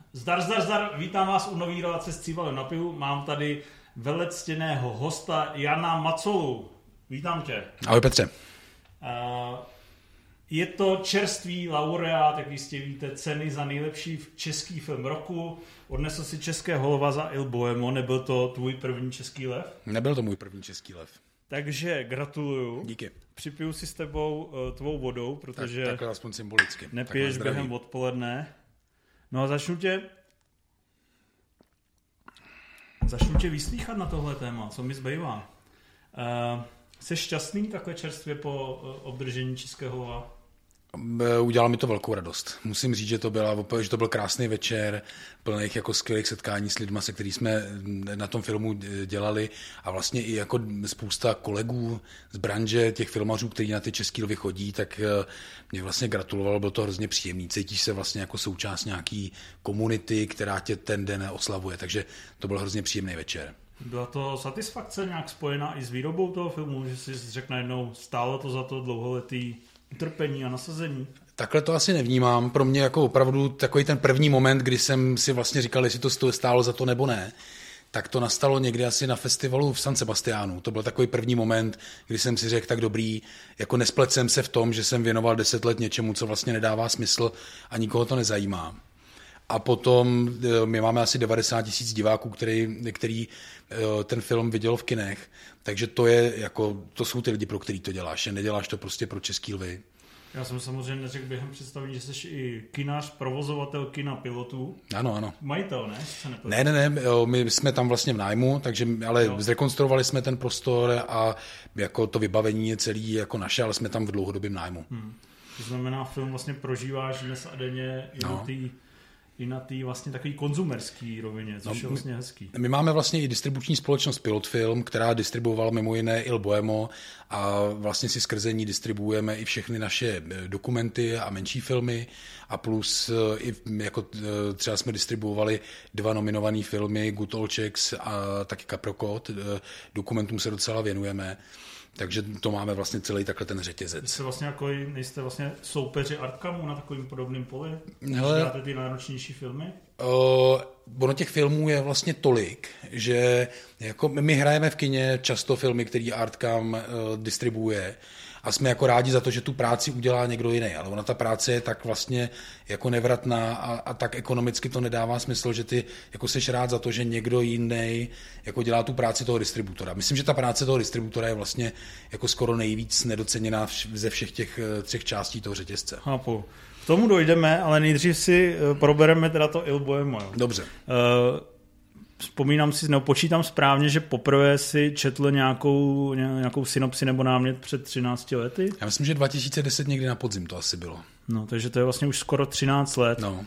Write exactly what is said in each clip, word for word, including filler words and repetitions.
Zdar, zdar, zdar, vítám vás u nový relace s Cívalem na pivu. Mám tady velectěného hosta Jana Macolu. Vítám tě. Ahoj Petře. Je to čerstvý laureát, jak jistě víte, ceny za nejlepší český film roku. Odnesl si české holova za Il Bohemo. Nebyl to tvůj první český lev? Nebyl to můj první český lev. Takže gratuluju. Díky. Připiju si s tebou uh, tvou vodou, protože tak, takhle aspoň symbolicky. Nepiješ během odpoledne. No a začnu tě začnu tě vyslýchat na tohle téma, co mi zbývá. Uh, jsi šťastný takhle čerstvě po uh, obdržení českého holova? Udělalo mi to velkou radost. Musím říct, že to, byla, že to byl krásný večer, plných jako skvělých setkání s lidma, se kterými jsme na tom filmu dělali a vlastně i jako spousta kolegů z branže, těch filmařů, kteří na ty český lvy chodí, tak mě vlastně gratulovalo, bylo to hrozně příjemný. Cítíš se vlastně jako součást nějaký komunity, která tě ten den oslavuje, takže to byl hrozně příjemný večer. Byla to satisfakce nějak spojená i s výrobou toho filmu, že jsi řekl najednou, stálo to za to dlouholetý utrpení a nasazení? Takhle to asi nevnímám. Pro mě jako opravdu takový ten první moment, kdy jsem si vlastně říkal, jestli to stálo za to nebo ne, tak to nastalo někdy asi na festivalu v San Sebastiánu. To byl takový první moment, kdy jsem si řekl, tak dobrý, jako nesplet jsem se v tom, že jsem věnoval deset let něčemu, co vlastně nedává smysl a nikoho to nezajímá. A potom my máme asi devadesát tisíc diváků, který, který ten film viděl v kinech, takže to je jako, to jsou ty lidi, pro který to děláš, neděláš to prostě pro český lvy. Já jsem samozřejmě neřekl během představení, že jsi i kinař, provozovatel kina pilotů. Ano, ano. Majitel, ne? Ne, ne, ne, my jsme tam vlastně v nájmu, takže, ale jo. Zrekonstruovali jsme ten prostor a jako to vybavení je celý jako naše, ale jsme tam v dlouhodobém nájmu. Hmm. To znamená, film vlastně prožíváš dnes a denně i no. na tý... i na té vlastně takový konzumerský rovině, což no, je vlastně hezký. My máme vlastně i distribuční společnost Pilotfilm, která distribuovala mimo jiné Il Bohemo a vlastně si skrze ní distribuujeme i všechny naše dokumenty a menší filmy a plus i jako třeba jsme distribuovali dva nominované filmy Good Old Czechs a taky Caprocode. Dokumentům se docela věnujeme. Takže to máme vlastně celý takhle ten řetězec. Jste vlastně jako, nejste vlastně soupeři Artcamu na takovým podobným poli? Hele, děláte ty náročnější filmy? Uh, ono těch filmů je vlastně tolik, že jako my hrajeme v kině často filmy, který Artcam uh, distribuuje a jsme jako rádi za to, že tu práci udělá někdo jiný, ale ona ta práce je tak vlastně jako nevratná a, a tak ekonomicky to nedává smysl, že ty jako seš rád za to, že někdo jiný jako dělá tu práci toho distributora. Myslím, že ta práce toho distributora je vlastně jako skoro nejvíc nedoceněná ze všech těch třech částí toho řetězce. Chápu. K tomu dojdeme, ale nejdřív si probereme teda to Il Bohemo. Dobře. Uh, Vzpomínám si, nebo počítám správně, že poprvé si četl nějakou, nějakou synopsi nebo námět před třinácti lety? Já myslím, že dva tisíce deset někdy na podzim to asi bylo. No, takže to je vlastně už skoro třináct let. No.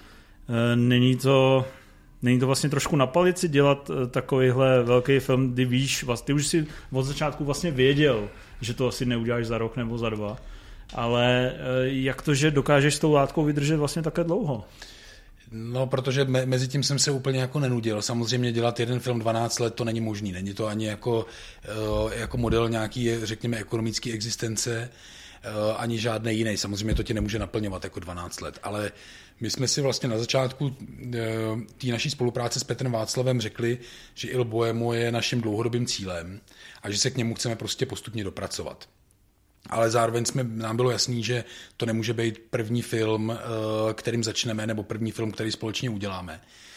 Není to, není to vlastně trošku na palici dělat takovýhle velký film, kdy víš, ty už si od začátku vlastně věděl, že to asi neuděláš za rok nebo za dva, ale jak to, že dokážeš s tou látkou vydržet vlastně také dlouho? No, protože me, mezi tím jsem se úplně jako nenudil. Samozřejmě dělat jeden film dvanáct let, to není možný. Není to ani jako, jako model nějaký, řekněme, ekonomický existence, ani žádný jiný. Samozřejmě to tě nemůže naplňovat jako dvanáct let. Ale my jsme si vlastně na začátku té naší spolupráce s Petrem Václavem řekli, že Il Bohemo je naším dlouhodobým cílem a že se k němu chceme prostě postupně dopracovat. Ale zároveň jsme, nám bylo jasný, že to nemůže být první film, kterým začneme, nebo první film, který společně uděláme.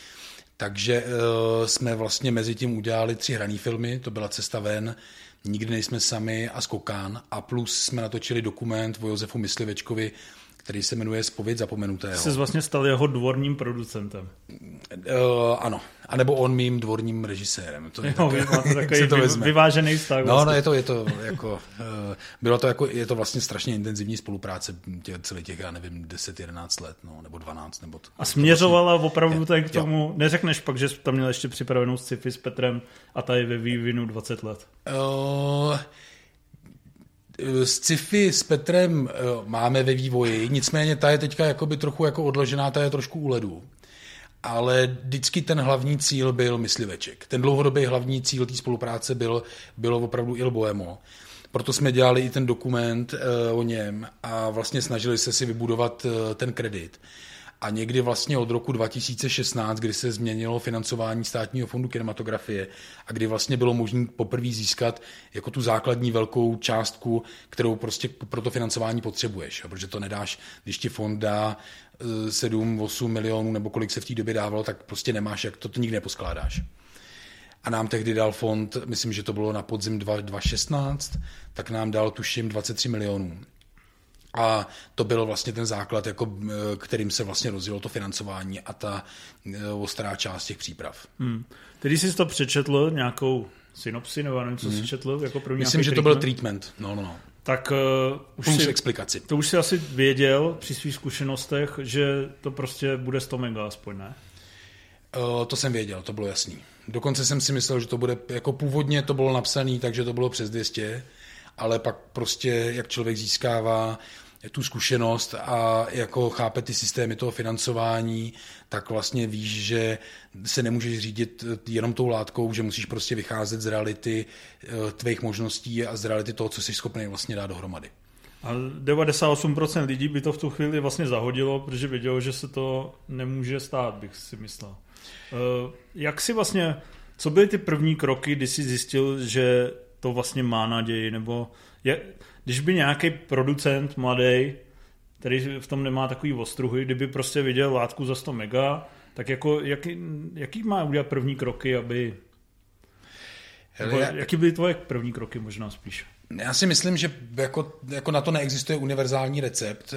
Takže jsme vlastně mezi tím udělali tři hraný filmy, to byla Cesta ven, Nikdy nejsme sami a Skokán, a plus jsme natočili dokument o Josefu Myslivečkovi, který se jmenuje Zpověď zapomenutého. Jsi vlastně stal jeho dvorním producentem. Uh, ano, anebo on mým dvorním režisérem. To je jo, také, máte takový to vy, vyvážený vztah. No, vlastně. no, je to, je to jako, uh, bylo to jako, je to vlastně strašně intenzivní spolupráce tě, celý těch, já nevím, deset jedenáct let, no, nebo dvanáct. Nebo to, a směřovala vlastně, opravdu tak k tomu, jo. Neřekneš pak, že jsi tam měl ještě připravenou sci-fi s Petrem a tady ve vývinu dvacet let? Uh, Sci-fi s Petrem máme ve vývoji, nicméně ta je teďka jakoby trochu jako odložená, ta je trošku u ledu. Ale vždycky ten hlavní cíl byl Mysliveček. Ten dlouhodobý hlavní cíl té spolupráce byl, bylo opravdu Il Bohemo. Proto jsme dělali i ten dokument uh, o něm a vlastně snažili se si vybudovat uh, ten kredit. A někdy vlastně od roku dva tisíce šestnáct, kdy se změnilo financování Státního fondu kinematografie a kdy vlastně bylo možné poprvé získat jako tu základní velkou částku, kterou prostě pro to financování potřebuješ. Protože to nedáš, když ti fond dá sedm, osm milionů nebo kolik se v té době dávalo, tak prostě nemáš, jak to, to nikdy neposkládáš. A nám tehdy dal fond, myslím, že to bylo na podzim dva tisíce šestnáct, tak nám dal tuším dvacet tři milionů. A to byl vlastně ten základ, jako, kterým se vlastně rozjelo to financování a ta ostrá část těch příprav. Hmm. Tedy jsi to přečetl, nějakou synopsi, nebo nevím, co hmm. jsi četl? Jako pro myslím, že treatment? To byl treatment. No, no, no. Tak uh, už plus si, explikaci. To už si asi věděl při svých zkušenostech, že to prostě bude sto mega aspoň, ne? Uh, to jsem věděl, to bylo jasný. Dokonce jsem si myslel, že to bude, jako původně to bylo napsané, takže to bylo přes dvě stě, ale pak prostě, jak člověk získává tu zkušenost a jako chápe ty systémy toho financování, tak vlastně víš, že se nemůžeš řídit jenom tou látkou, že musíš prostě vycházet z reality tvých možností a z reality toho, co jsi schopný vlastně dát dohromady. A devadesát osm procent lidí by to v tu chvíli vlastně zahodilo, protože vědělo, že se to nemůže stát, bych si myslel. Jak si vlastně, co byly ty první kroky, kdy jsi zjistil, že to vlastně má naději, nebo je, když by nějaký producent mladý, který v tom nemá takový ostruhy, kdyby prostě viděl látku za sto mega, tak jako jaký, jaký má udělat první kroky, aby... Hele, já... Jaký byly tvoje první kroky možná spíš? Já si myslím, že jako, jako na to neexistuje univerzální recept,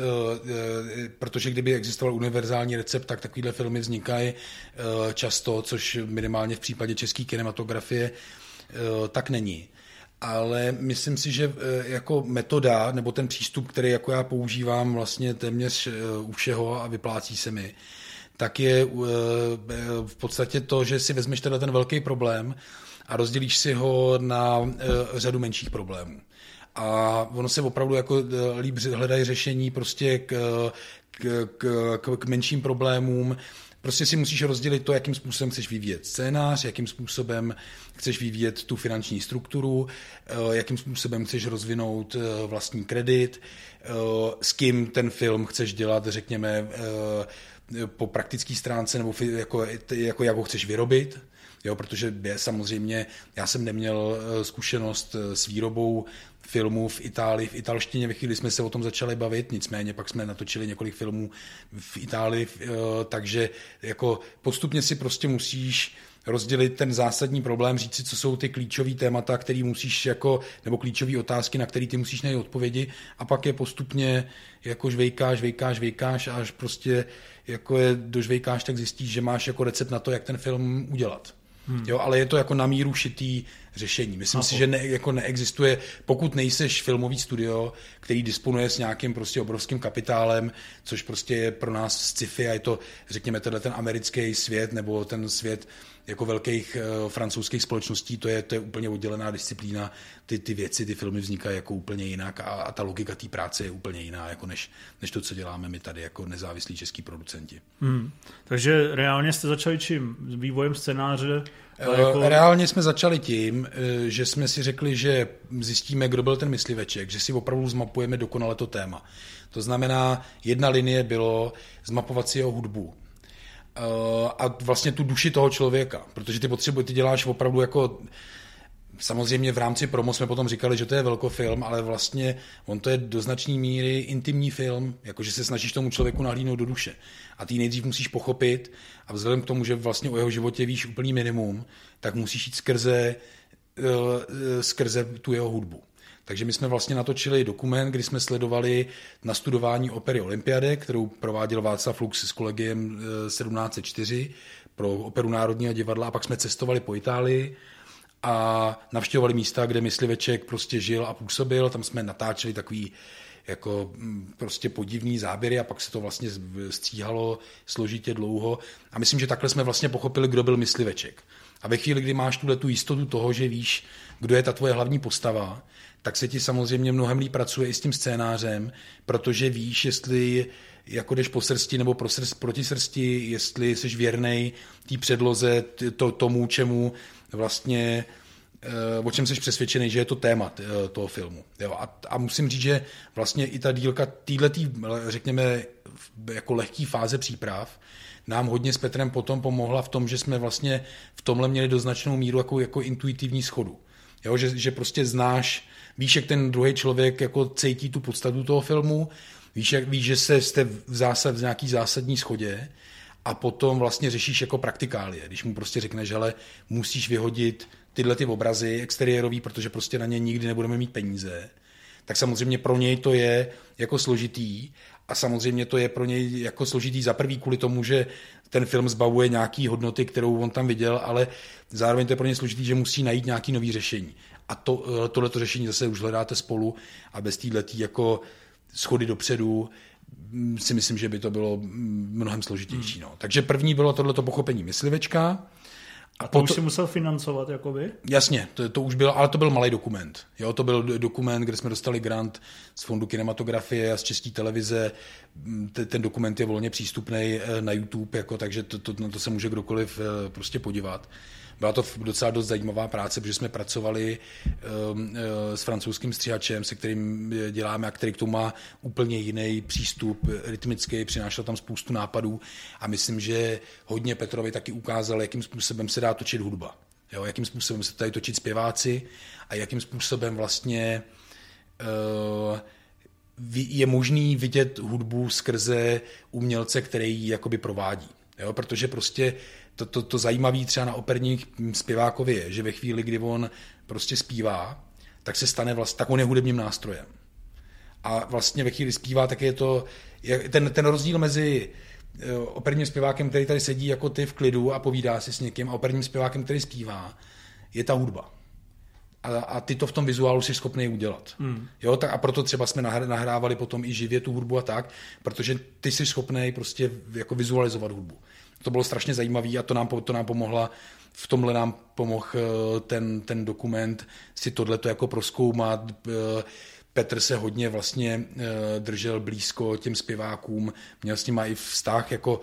protože kdyby existoval univerzální recept, tak takovýhle filmy vznikají často, což minimálně v případě české kinematografie tak není. Ale myslím si, že jako metoda, nebo ten přístup, který jako já používám vlastně téměř u všeho a vyplácí se mi, tak je v podstatě to, že si vezmeš tenhle ten velký problém a rozdělíš si ho na řadu menších problémů. A ono se opravdu jako líp hledají řešení prostě k, k, k, k menším problémům. Prostě si musíš rozdělit to, jakým způsobem chceš vyvíjet scénář, jakým způsobem chceš vyvíjet tu finanční strukturu, jakým způsobem chceš rozvinout vlastní kredit, s kým ten film chceš dělat, řekněme, po praktické stránce, nebo jako, jako jak ho chceš vyrobit. Jo, protože samozřejmě já jsem neměl zkušenost s výrobou filmů v Itálii, v italštině, ve chvíli jsme se o tom začali bavit, nicméně pak jsme natočili několik filmů v Itálii, takže jako postupně si prostě musíš rozdělit ten zásadní problém, říct si, co jsou ty klíčové témata, který musíš jako, nebo klíčové otázky, na které ty musíš najít odpovědi, a pak je postupně jako žvejkáš, žvejkáš, žvejkáš a až prostě jako je dožvejkáš, tak zjistíš, že máš jako recept na to, jak ten film udělat. Hmm. Jo, ale je to jako na míru šitý řešení. Myslím Aho. si, že ne, jako neexistuje, pokud nejseš filmový studio, který disponuje s nějakým prostě obrovským kapitálem, což prostě je pro nás sci-fi a je to, řekněme, tenhle ten americký svět nebo ten svět jako velkých uh, francouzských společností, to je, to je úplně oddělená disciplína. Ty, ty věci, ty filmy vznikají jako úplně jinak a, a ta logika té práce je úplně jiná, jako než, než to, co děláme my tady jako nezávislí český producenti. Hmm. Takže reálně jste začali čím? Vývojem scénáře? Jako... Reálně jsme začali tím, že jsme si řekli, že zjistíme, kdo byl ten mysliveček, že si opravdu zmapujeme dokonale to téma. To znamená, jedna linie bylo zmapovat si jeho hudbu a vlastně tu duši toho člověka, protože ty potřebuješ, ty děláš opravdu jako, samozřejmě v rámci promo jsme potom říkali, že to je velkofilm, ale vlastně on to je do značné míry intimní film, jakože se snažíš tomu člověku nahlídnout do duše. A ty nejdřív musíš pochopit, a vzhledem k tomu, že vlastně o jeho životě víš úplný minimum, tak musíš jít skrze, skrze tu jeho hudbu. Takže my jsme vlastně natočili dokument, kdy jsme sledovali nastudování opery Olympiade, kterou prováděl Václav Lux s kolegiem sedmnáct set čtyři pro Operu Národního divadla, a pak jsme cestovali po Itálii a navštěvovali místa, kde mysliveček prostě žil a působil. Tam jsme natáčeli takový jako prostě podivný záběry a pak se to vlastně stříhalo složitě dlouho. A myslím, že takhle jsme vlastně pochopili, kdo byl mysliveček. A ve chvíli, kdy máš tuhle tu jistotu toho, že víš, kdo je ta tvoje hlavní postava, tak se ti samozřejmě mnohem líp pracuje i s tím scénářem, protože víš, jestli jako jdeš po srsti nebo pro srst, proti srsti, jestli jsi věrnej té předloze, to, tomu, čemu vlastně, o čem jsi přesvědčený, že je to téma toho filmu. Jo, a, a musím říct, že vlastně i ta dílka týhletý, řekněme, jako lehký fáze příprav, nám hodně s Petrem potom pomohla v tom, že jsme vlastně v tomhle měli do značnou míru jako, jako intuitivní schodu. Jo, že, že prostě znáš, víš, jak ten druhý člověk jako cítí tu podstatu toho filmu, víš, jak, víš že se, jste v, zásad, v nějaký zásadní shodě a potom vlastně řešíš jako praktikálie. Když mu prostě řekneš, hele, musíš vyhodit tyhle ty obrazy exteriérový, protože prostě na ně nikdy nebudeme mít peníze, tak samozřejmě pro něj to je jako složitý a samozřejmě to je pro něj jako složitý za prvý kvůli tomu, že ten film zbavuje nějaký hodnoty, kterou on tam viděl, ale zároveň to je pro něj složitý, že musí najít nějaký nový řešení. A to, tohleto řešení zase už hledáte spolu a bez téhletý jako schody dopředu si myslím, že by to bylo mnohem složitější. Hmm. No. Takže první bylo tohleto pochopení myslivečka. A to potom, už si musel financovat, jakoby? Jasně, to, to už bylo, ale to byl malý dokument. Jo, to byl dokument, kde jsme dostali grant z Fondu kinematografie a z České televize. Ten dokument je volně přístupný na YouTube, jako, takže to, to, na to se může kdokoliv prostě podívat. Byla to docela dost zajímavá práce, protože jsme pracovali um, uh, s francouzským stříhačem, se kterým děláme a který k tomu má úplně jiný přístup, rytmický, přinášel tam spoustu nápadů a myslím, že hodně Petrovi taky ukázal, jakým způsobem se dá točit hudba. Jo, jakým způsobem se tady točit zpěváci a jakým způsobem vlastně uh, je možný vidět hudbu skrze umělce, který ji jakoby provádí. Jo, protože prostě To, to, to zajímavé třeba na operních zpěvákovi je, že ve chvíli, kdy on prostě zpívá, tak se stane vlastně, tak on je hudebním nástrojem. A vlastně ve chvíli zpívá, tak je to, ten, ten rozdíl mezi operním zpěvákem, který tady sedí jako ty v klidu a povídá si s někým, a operním zpěvákem, který zpívá, je ta hudba. A, a ty to v tom vizuálu jsi schopný udělat. Hmm. Jo, tak a proto třeba jsme nahrávali potom i živě tu hudbu a tak, protože ty jsi schopný prostě jako vizualizovat hudbu. To bylo strašně zajímavé a to nám, to nám pomohla, v tomhle nám pomohl ten, ten dokument si tohleto jako prozkoumat. Petr se hodně vlastně držel blízko těm zpěvákům, měl s nimi i vztah, jako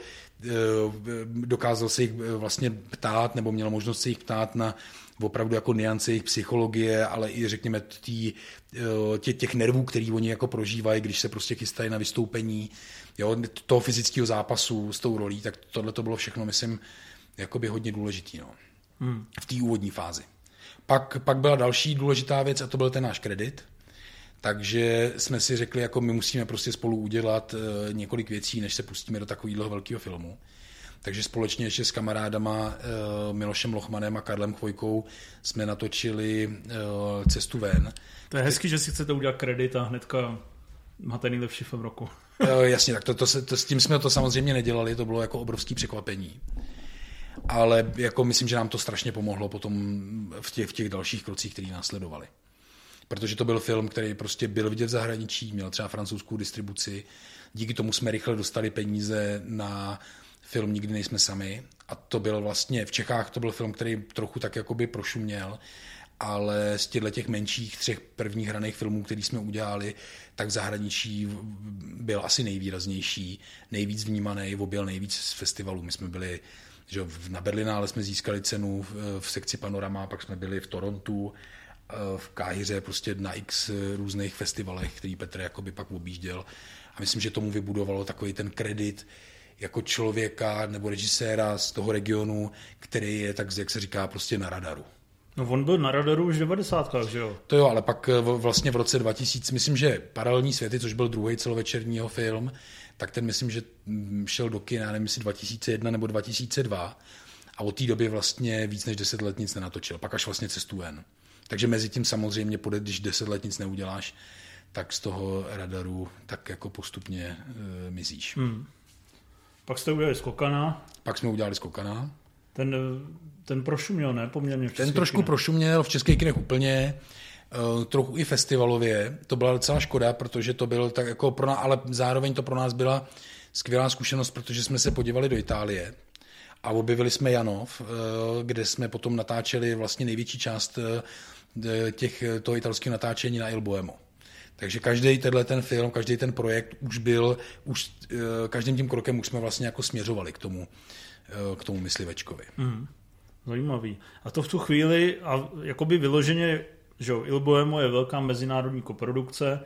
dokázal se jich vlastně ptát, nebo měl možnost se jich ptát na opravdu jako niance jejich psychologie, ale i řekněme tý, tě, těch nervů, který oni jako prožívají, když se prostě chystají na vystoupení, jo, toho fyzického zápasu s tou rolí, tak tohle to bylo všechno, myslím, jakoby hodně důležitý, no, hmm. v té úvodní fázi. Pak, pak byla další důležitá věc a to byl ten náš kredit, takže jsme si řekli, jako my musíme prostě spolu udělat uh, několik věcí, než se pustíme do takového velkého filmu. Takže společně ještě s kamarádama uh, Milošem Lochmanem a Karlem Chvojkou jsme natočili uh, Cestu ven. To je hezký, že si chcete udělat kredit a hnedka máte nejlepší film roku. uh, jasně, tak to, to, se, to, s tím jsme to samozřejmě nedělali, to bylo jako obrovský překvapení. Ale jako myslím, že nám to strašně pomohlo potom v těch, v těch dalších krocích, které následovaly. Protože to byl film, který prostě byl vidět v zahraničí, měl třeba francouzskou distribuci, díky tomu jsme rychle dostali peníze na film Nikdy nejsme sami a to byl vlastně, v Čechách to byl film, který trochu tak jakoby prošuměl, ale z těchto těch menších třech prvních hraných filmů, který jsme udělali, tak v zahraničí byl asi nejvýraznější, nejvíc vnímaný, objel nejvíc z festivalů. My jsme byli, že na Berlinále jsme získali cenu v, v sekci Panorama, pak jsme byli v Torontu, v Káhiře, prostě na x různých festivalech, který Petr jakoby pak objížděl. A myslím, že tomu vybudovalo takový ten kredit jako člověka nebo režiséra z toho regionu, který je, tak jak se říká, prostě na radaru. No on byl na radaru už v devadesátkách, že jo? To jo, ale pak vlastně v roce dva tisíce, myslím, že Paralelní světy, což byl druhý celovečerního film, tak ten myslím, že šel do kina, nevím, jestli dva tisíce jedna nebo dva tisíce dva a od té doby vlastně víc než deset let nic nenatočil. Pak až vlastně Cestu ven. Takže mezi tím samozřejmě, když deset let nic neuděláš, tak z toho radaru tak jako postupně e, mizíš. Hmm. Pak jste udělali Skokana. Pak jsme udělali Skokana. Ten, ten prošuměl, ne? Poměrně v Ten trošku kinech. prošuměl v českých kinech úplně, uh, trochu i festivalově. To byla docela škoda, protože to byl tak jako pro nás, ale zároveň to pro nás byla skvělá zkušenost, protože jsme se podívali do Itálie a objevili jsme Janov, uh, kde jsme potom natáčeli vlastně největší část uh, těch, toho italského natáčení na Il Boemo. Takže každý tenhle ten film, každý ten projekt už byl, už každým tím krokem už jsme vlastně jako směřovali k tomu, k tomu myslivečkovi. Mm, zajímavý. A to v tu chvíli, a jakoby vyloženě, že Il Boemo je velká mezinárodní koprodukce,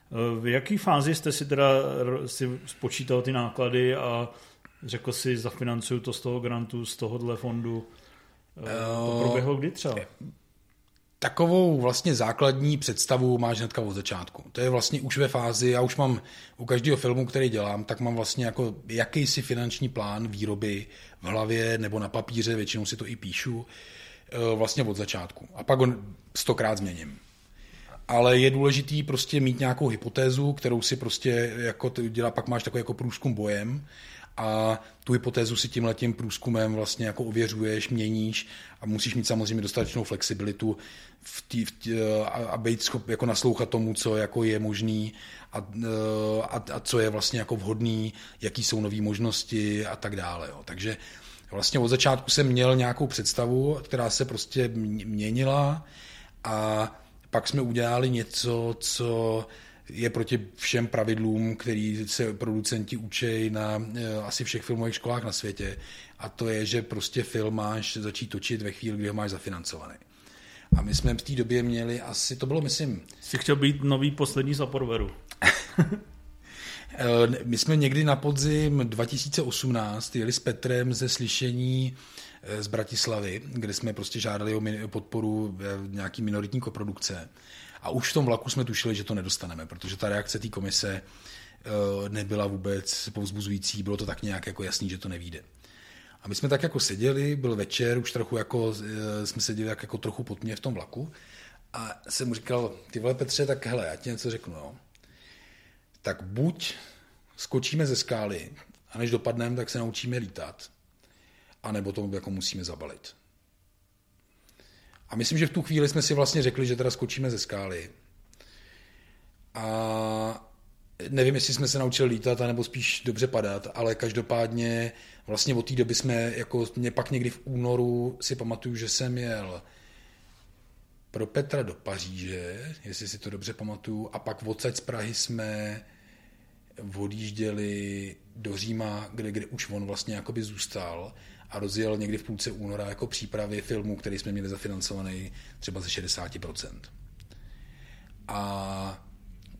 V jaký fázi jste si teda si spočítal ty náklady a řekl si, zafinancuju to z toho grantu, z tohohle fondu? To proběhlo kdy třeba? Takovou vlastně základní představu máš hnedka od začátku. To je vlastně už ve fázi, já už mám u každého filmu, který dělám, tak mám vlastně jako jakýsi finanční plán výroby v hlavě nebo na papíře, většinou si to i píšu, vlastně od začátku. A pak ho stokrát změním. Ale je důležitý prostě mít nějakou hypotézu, kterou si prostě jako dělá, pak máš takový jako průzkum bojem a tu hypotézu si tímhletím průzkumem vlastně jako ověřuješ, měníš a musíš mít samozřejmě dostatečnou flexibilitu v tý, v tý, a být schop jako naslouchat tomu, co jako je možný a, a, a co je vlastně jako vhodný, jaký jsou nové možnosti a tak dále. Jo. Takže vlastně od začátku jsem měl nějakou představu, která se prostě měnila a pak jsme udělali něco, co je proti všem pravidlům, který se producenti učí na asi všech filmových školách na světě. A to je, že prostě film máš začít točit ve chvíli, kdy ho máš zafinancovaný. A my jsme v té době měli asi, to bylo, myslím... Jsi chtěl být nový poslední z Aporveru. My jsme někdy na podzim dva tisíce osmnáct jeli s Petrem ze slyšení z Bratislavy, kde jsme prostě žádali o podporu nějaký minoritní koprodukce. A už v tom vlaku jsme tušili, že to nedostaneme, protože ta reakce té komise nebyla vůbec povzbuzující, bylo to tak nějak jako jasný, že to nevyjde. A my jsme tak jako seděli, byl večer, už trochu jako, jsme seděli tak jako trochu pod mě v tom vlaku a jsem mu říkal, ty vole Petře, tak hele, já ti něco řeknu, no. Tak buď skočíme ze skály a než dopadneme, tak se naučíme lítat, anebo to jako musíme zabalit. A myslím, že v tu chvíli jsme si vlastně řekli, že teda skočíme ze skály. A nevím, jestli jsme se naučili lítat, anebo spíš dobře padat, ale každopádně vlastně od té doby jsme, jako mě pak někdy v únoru si pamatuju, že jsem jel pro Petra do Paříže, jestli si to dobře pamatuju, a pak odsaď z Prahy jsme odjížděli do Říma, kde, kde už on vlastně jakoby zůstal a rozjel někdy v půlce února jako přípravy filmu, který jsme měli zafinancovaný třeba ze šedesát procent. A,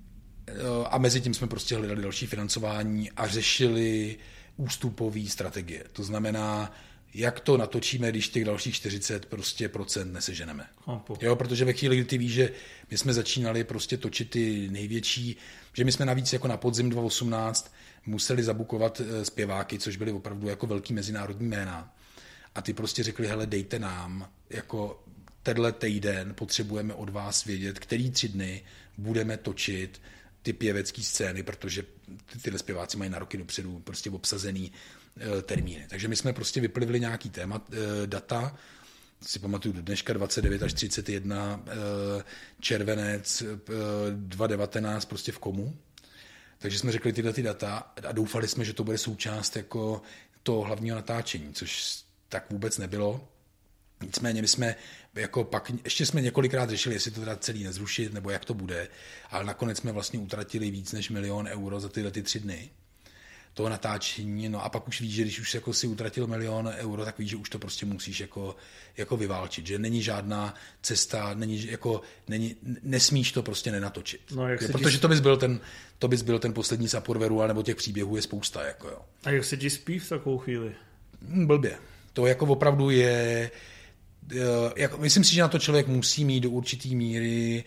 a mezi tím jsme prostě hledali další financování a řešili ústupové strategie. To znamená, jak to natočíme, když těch dalších čtyřicet prostě procent neseženeme. Jo, protože ve chvíli, kdy ty víš, že my jsme začínali prostě točit ty největší, že my jsme navíc jako na podzim dva tisíce osmnáct museli zabukovat zpěváky, což byly opravdu jako velký mezinárodní jména. A ty prostě řekli, hele, dejte nám, jako tenhle týden potřebujeme od vás vědět, který tři dny budeme točit ty pěvecké scény, protože tyhle zpěváci mají na roky dopředu prostě obsazený e, termíny. Takže my jsme prostě vyplivili nějaký téma, e, data, si pamatuju do dneška dvacet devět až třicet jedna, e, červenec, e, dva tisíce devatenáct prostě v komu. Takže jsme řekli tyhle ty data a doufali jsme, že to bude součást jako toho hlavního natáčení, což tak vůbec nebylo. Nicméně my jsme jako pak, ještě jsme několikrát řešili, jestli to teda celý nezrušit, nebo jak to bude, ale nakonec jsme vlastně utratili víc než milion euro za tyhle ty tři dny toho natáčení, no a pak už víš, že když už jako si utratil milion euro, tak víš, že už to prostě musíš jako, jako vyválčit, že není žádná cesta, není jako, není, nesmíš to prostě nenatočit. No, jak protože ti... to bys byl ten, to bys byl ten poslední z Aporveru, nebo těch příběhů je spousta. Jako jo. A jak se ti spí v takovou chvíli? Blbě. To jako opravdu je... Jako, myslím si, že na to člověk musí mít do určitý míry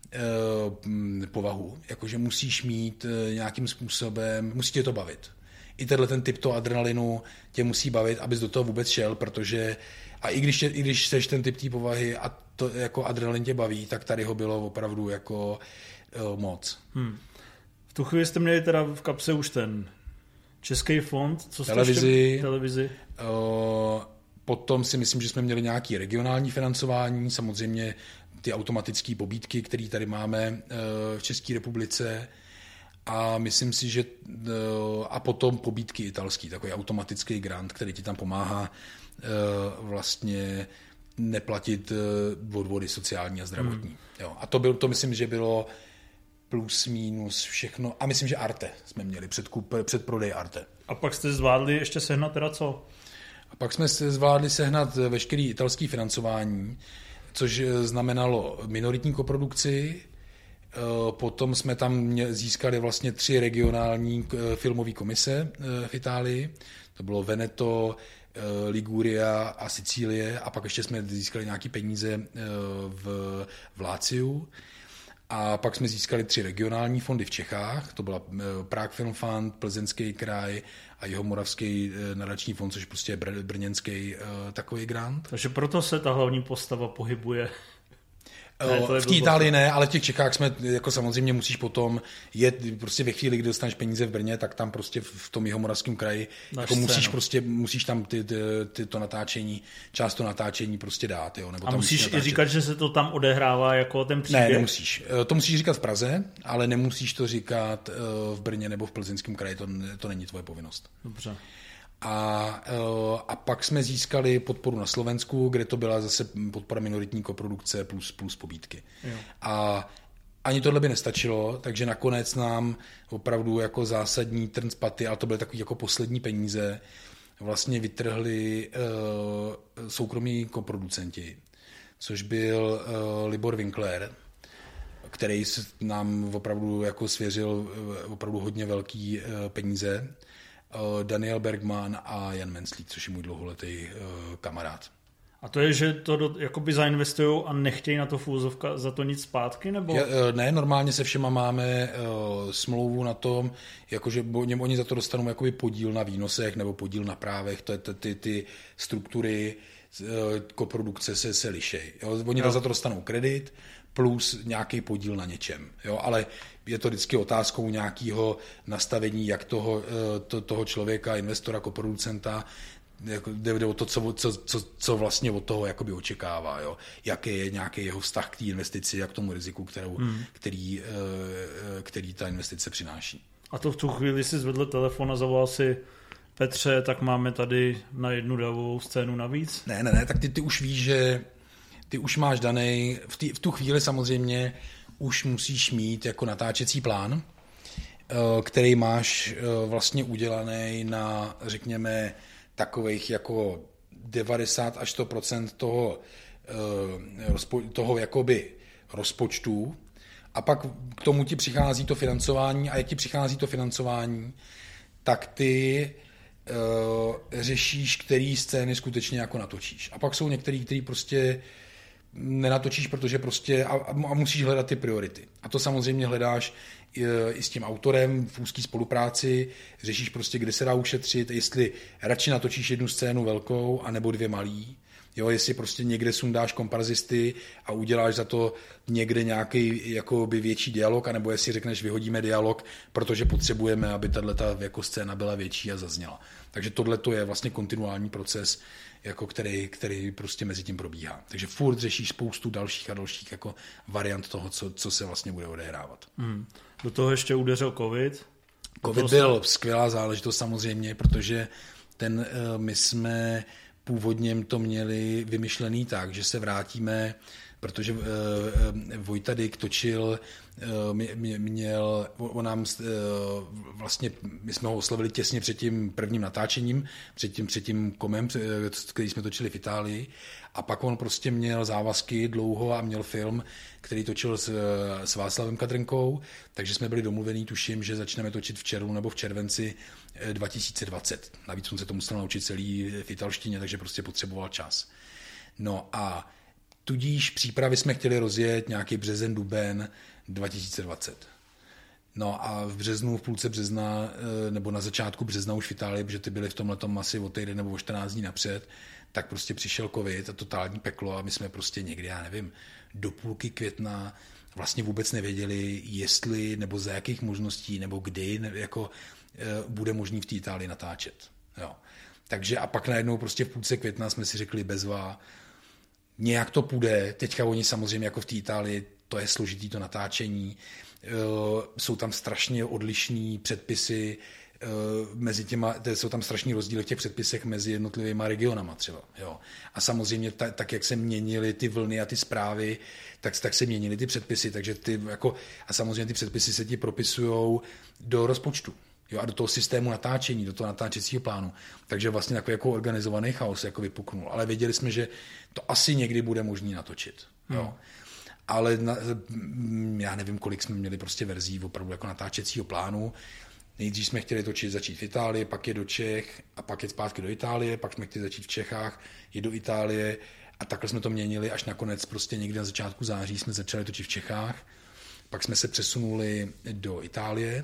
uh, povahu. Jakože musíš mít uh, nějakým způsobem, musí tě to bavit. I tenhle ten typ toho adrenalinu tě musí bavit, abys do toho vůbec šel, protože a i když, tě, i když seš ten typ té povahy a to jako adrenalin tě baví, tak tady ho bylo opravdu jako uh, moc. Hmm. V tu chvíli jste měli teda v kapse už ten Český fond, co jste televizi, ještě... televizi. Uh, Potom si myslím, že jsme měli nějaké regionální financování, samozřejmě ty automatické pobídky, které tady máme v České republice. A myslím si, že a potom pobídky italský, takový automatický grant, který ti tam pomáhá vlastně neplatit odvody sociální a zdravotní. Hmm. Jo. A to, byl, to myslím, že bylo plus minus všechno. A myslím, že Arte jsme měli, předkup, předprodej Arte. A pak jste zvládli ještě sehnat teda co? A pak jsme zvládli sehnat veškerý italský financování, což znamenalo minoritní koprodukci, Potom jsme tam získali vlastně tři regionální filmové komise v Itálii. To bylo Veneto, Liguria a Sicílie. A pak ještě jsme získali nějaké peníze v, v Láciu. A pak jsme získali tři regionální fondy v Čechách. To byla Prague Film Fund, Plzeňský kraj a Jihomoravský nadační fond, což prostě je br- brněnský takový grant. Takže proto se ta hlavní postava pohybuje. Ne, v té Itálii ne, ale v těch Čechách jsme, jako samozřejmě musíš potom jet, prostě ve chvíli, kdy dostaneš peníze v Brně, tak tam prostě v tom Jihomoravském kraji jako musíš prostě, musíš tam ty, ty, ty to natáčení, část to natáčení prostě dát. Jo, nebo a tam musíš i říkat, že se to tam odehrává jako ten příběh? Ne, nemusíš. To musíš říkat v Praze, ale nemusíš to říkat v Brně nebo v Plzeňském kraji, to, to není tvoje povinnost. Dobře. A, a pak jsme získali podporu na Slovensku, kde to byla zase podpora minoritní koprodukce plus, plus pobídky. Jo. A ani tohle by nestačilo, takže nakonec nám opravdu jako zásadní trn z paty, ale to byly takový jako poslední peníze, vlastně vytrhli uh, soukromí koproducenti, což byl uh, Libor Winkler, který nám opravdu jako svěřil uh, opravdu hodně velký uh, peníze, Daniel Bergman a Jan Menslík, což je můj dlouholetý uh, kamarád. A to je, že to do, jakoby zainvestujou a nechtějí na to fúzovka za to nic zpátky? Nebo? Ja, ne, normálně se všema máme uh, smlouvu na tom, jakože oni za to dostanou jakoby podíl na výnosech nebo podíl na právech, to je ty, ty, ty struktury uh, koprodukce se, se lišej. Jo? Oni jo. za to dostanou kredit plus nějaký podíl na něčem. Jo? Ale je to vždycky otázkou nějakého nastavení, jak toho, to, toho člověka, investora, koproducenta, jde o to, co, co, co, co vlastně od toho jakoby očekává. Jo? Jaký je nějaký jeho vztah k té investici a k tomu riziku, kterou, hmm. který, který ta investice přináší. A to v tu chvíli si zvedl telefon a zavolal si Petře, tak máme tady na jednu davovou scénu navíc? Ne, ne, ne, tak ty, ty už víš, že ty už máš danej, v, tý, v tu chvíli samozřejmě už musíš mít jako natáčecí plán, který máš vlastně udělaný na, řekněme, takových jako devadesát až sto procent toho, toho jakoby rozpočtu a pak k tomu ti přichází to financování a jak ti přichází to financování, tak ty řešíš, který scény skutečně jako natočíš. A pak jsou některý, který prostě nenatočíš, protože prostě a, a musíš hledat ty priority. A to samozřejmě hledáš i, i s tím autorem v úzké spolupráci, řešíš prostě, kde se dá ušetřit, jestli radši natočíš jednu scénu velkou, anebo dvě malý. Jo, jestli prostě někde sundáš komparzisty a uděláš za to někde nějaký jakoby větší dialog, anebo jestli řekneš, vyhodíme dialog, protože potřebujeme, aby tato jako scéna byla větší a zazněla. Takže tohle to je vlastně kontinuální proces, jako který, který prostě mezi tím probíhá. Takže furt řešíš spoustu dalších a dalších jako variant toho, co, co se vlastně bude odehrávat. Hmm. Do toho ještě udeřil covid. Covid byl se... skvělá záležitost samozřejmě, protože ten, my jsme původně to měli vymyšlený tak, že se vrátíme, protože Vojta Dyk točil, měl, on nám vlastně, my jsme ho oslavili těsně před tím prvním natáčením, před tím, před tím komem, který jsme točili v Itálii, a pak on prostě měl závazky dlouho a měl film, který točil s, s Václavem Kadrnkou, takže jsme byli domluvení, tuším, že začneme točit v červnu nebo v červenci dva tisíce dvacet. Navíc on se to musel naučit celý v italštině, takže prostě potřeboval čas. No a tudíž přípravy jsme chtěli rozjet nějaký březen, duben dva tisíce dvacet. No a v březnu, v půlce března, nebo na začátku března už v Itálii, protože ty byly v tomhletom asi o týden nebo o čtrnáct dní napřed, tak prostě přišel covid a totální peklo a my jsme prostě někdy, já nevím, do půlky května vlastně vůbec nevěděli, jestli nebo za jakých možností nebo kdy ne, jako, bude možný v té Itálii natáčet. Jo. Takže a pak najednou prostě v půlce května jsme si řekli bezva, nějak to půjde, teďka oni samozřejmě jako v té Itálii, to je složitý to natáčení, jsou tam strašně odlišný předpisy, mezi těma, jsou tam strašný rozdíly v těch předpisech mezi jednotlivými regionama třeba. Jo. A samozřejmě tak, tak, jak se měnily ty vlny a ty zprávy, tak, tak se měnily ty předpisy, takže ty, jako, a samozřejmě ty předpisy se ti propisujou do rozpočtu. Jo, a do toho systému natáčení, do toho natáčecího plánu. Takže vlastně takový jako organizovaný chaos jako vypuknul. Ale věděli jsme, že to asi někdy bude možný natočit. Jo. Hmm. ale na, já nevím, kolik jsme měli prostě verzí opravdu jako natáčecího plánu. Nejdřív jsme chtěli točit, začít v Itálii, pak je do Čech a pak je zpátky do Itálie, pak jsme chtěli začít v Čechách, je do Itálie a takhle jsme to měnili, až nakonec prostě někdy na začátku září jsme začali točit v Čechách, pak jsme se přesunuli do Itálie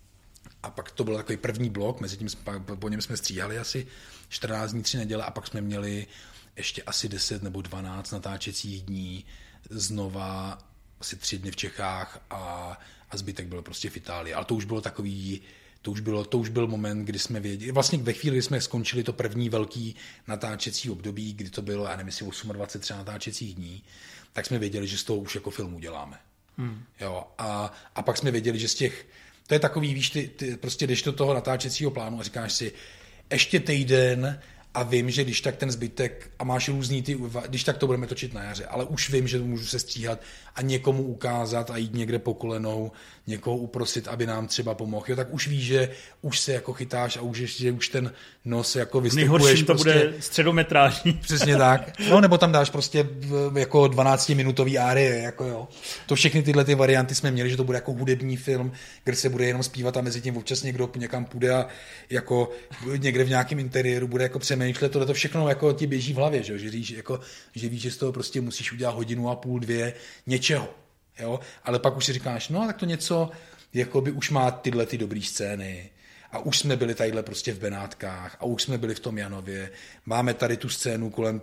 a pak to byl takový první blok, mezi tím po něm jsme stříhali asi čtrnáct dní, tři neděle a pak jsme měli ještě asi deset nebo dvanáct natáčecích dní znova, asi tři dny v Čechách a, a zbytek byl prostě v Itálii. Ale to už bylo takový, to už, bylo, to už byl moment, kdy jsme věděli, vlastně ve chvíli, kdy jsme skončili to první velký natáčecí období, kdy to bylo, já nevím, jestli dvacet osm třeba natáčecích dní, tak jsme věděli, že z toho už jako film uděláme. Hmm. Jo, a, a pak jsme věděli, že z těch, to je takový, víš, ty, ty prostě jdeš do toho natáčecího plánu a říkáš si, ještě týden a vím, že když tak ten zbytek a máš různý ty, když tak to budeme točit na jaře, ale už vím, že můžu se stříhat a někomu ukázat a jít někde po kolenou, někoho uprosit, aby nám třeba pomohl. Jo, tak už víš, že už se jako chytáš a už, že už ten nos jako vystupuješ. Nejhorší to prostě, bude středometrážní. Přesně tak. No, nebo tam dáš prostě jako dvanáctiminutový árie, jako jo. To všechny tyhle ty varianty jsme měli, že to bude jako hudební film, kde se bude jenom zpívat a mezi tím občas někdo někam půjde a jako někde v nějakém interiéru bude jako přemýšlet, tohle to všechno jako ti běží v hlavě, že, že, víš, jako, že víš, že z toho prostě musíš udělat hodinu a půl, dvě něčeho. Jo? Ale pak už si říkáš, no tak to něco, jakoby už má tyhle ty dobrý scény a už jsme byli tadyhle prostě v Benátkách a už jsme byli v tom Janově, máme tady tu scénu kolem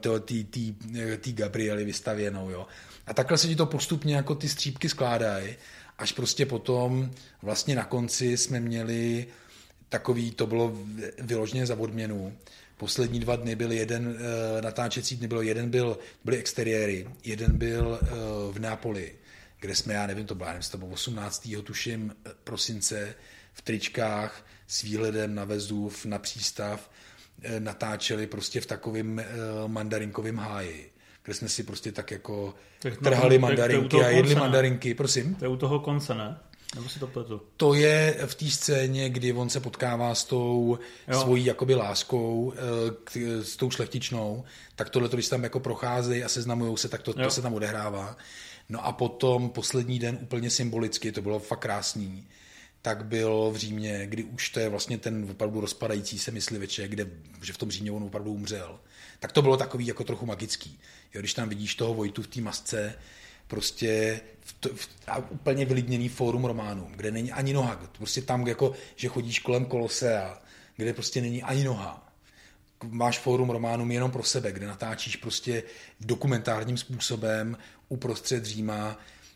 té Gabriely vystavěnou, jo. A takhle se ti to postupně jako ty střípky skládají, až prostě potom vlastně na konci jsme měli takový, to bylo vyloženě za odměnu. Poslední dva dny byl jeden, natáčecí dny bylo, jeden byl, byly exteriéry, jeden byl v Neapoli, kde jsme, já nevím, to bylo, nevím, to bylo osmnáctého tuším prosince v tričkách s výhledem na Vezuv, na přístav, natáčeli prostě v takovém mandarinkovém háji, kde jsme si prostě tak jako tak trhali tak, mandarinky tak a jedli konce, mandarinky, prosím. To je u toho konce, ne? Nebo si to pletu? To je v té scéně, kdy on se potkává s tou jo. svojí jakoby láskou, k, s tou šlechtičnou, tak tohle, když tam jako procházejí a seznamujou se, tak to, to se tam odehrává. No a potom poslední den úplně symbolicky, to bylo fakt krásný, tak byl v Římě, kdy už to je vlastně ten opravdu rozpadající se mysliveček, kde, že v tom Římě on opravdu umřel. Tak to bylo takový jako trochu magický. Jo, když tam vidíš toho Vojtu v té masce, prostě v to, v, a úplně vylidněný fórum románů, kde není ani noha. Prostě tam, jako, že chodíš kolem Kolosea, kde prostě není ani noha. Máš fórum románům jenom pro sebe, kde natáčíš prostě dokumentárním způsobem uprostřed Říma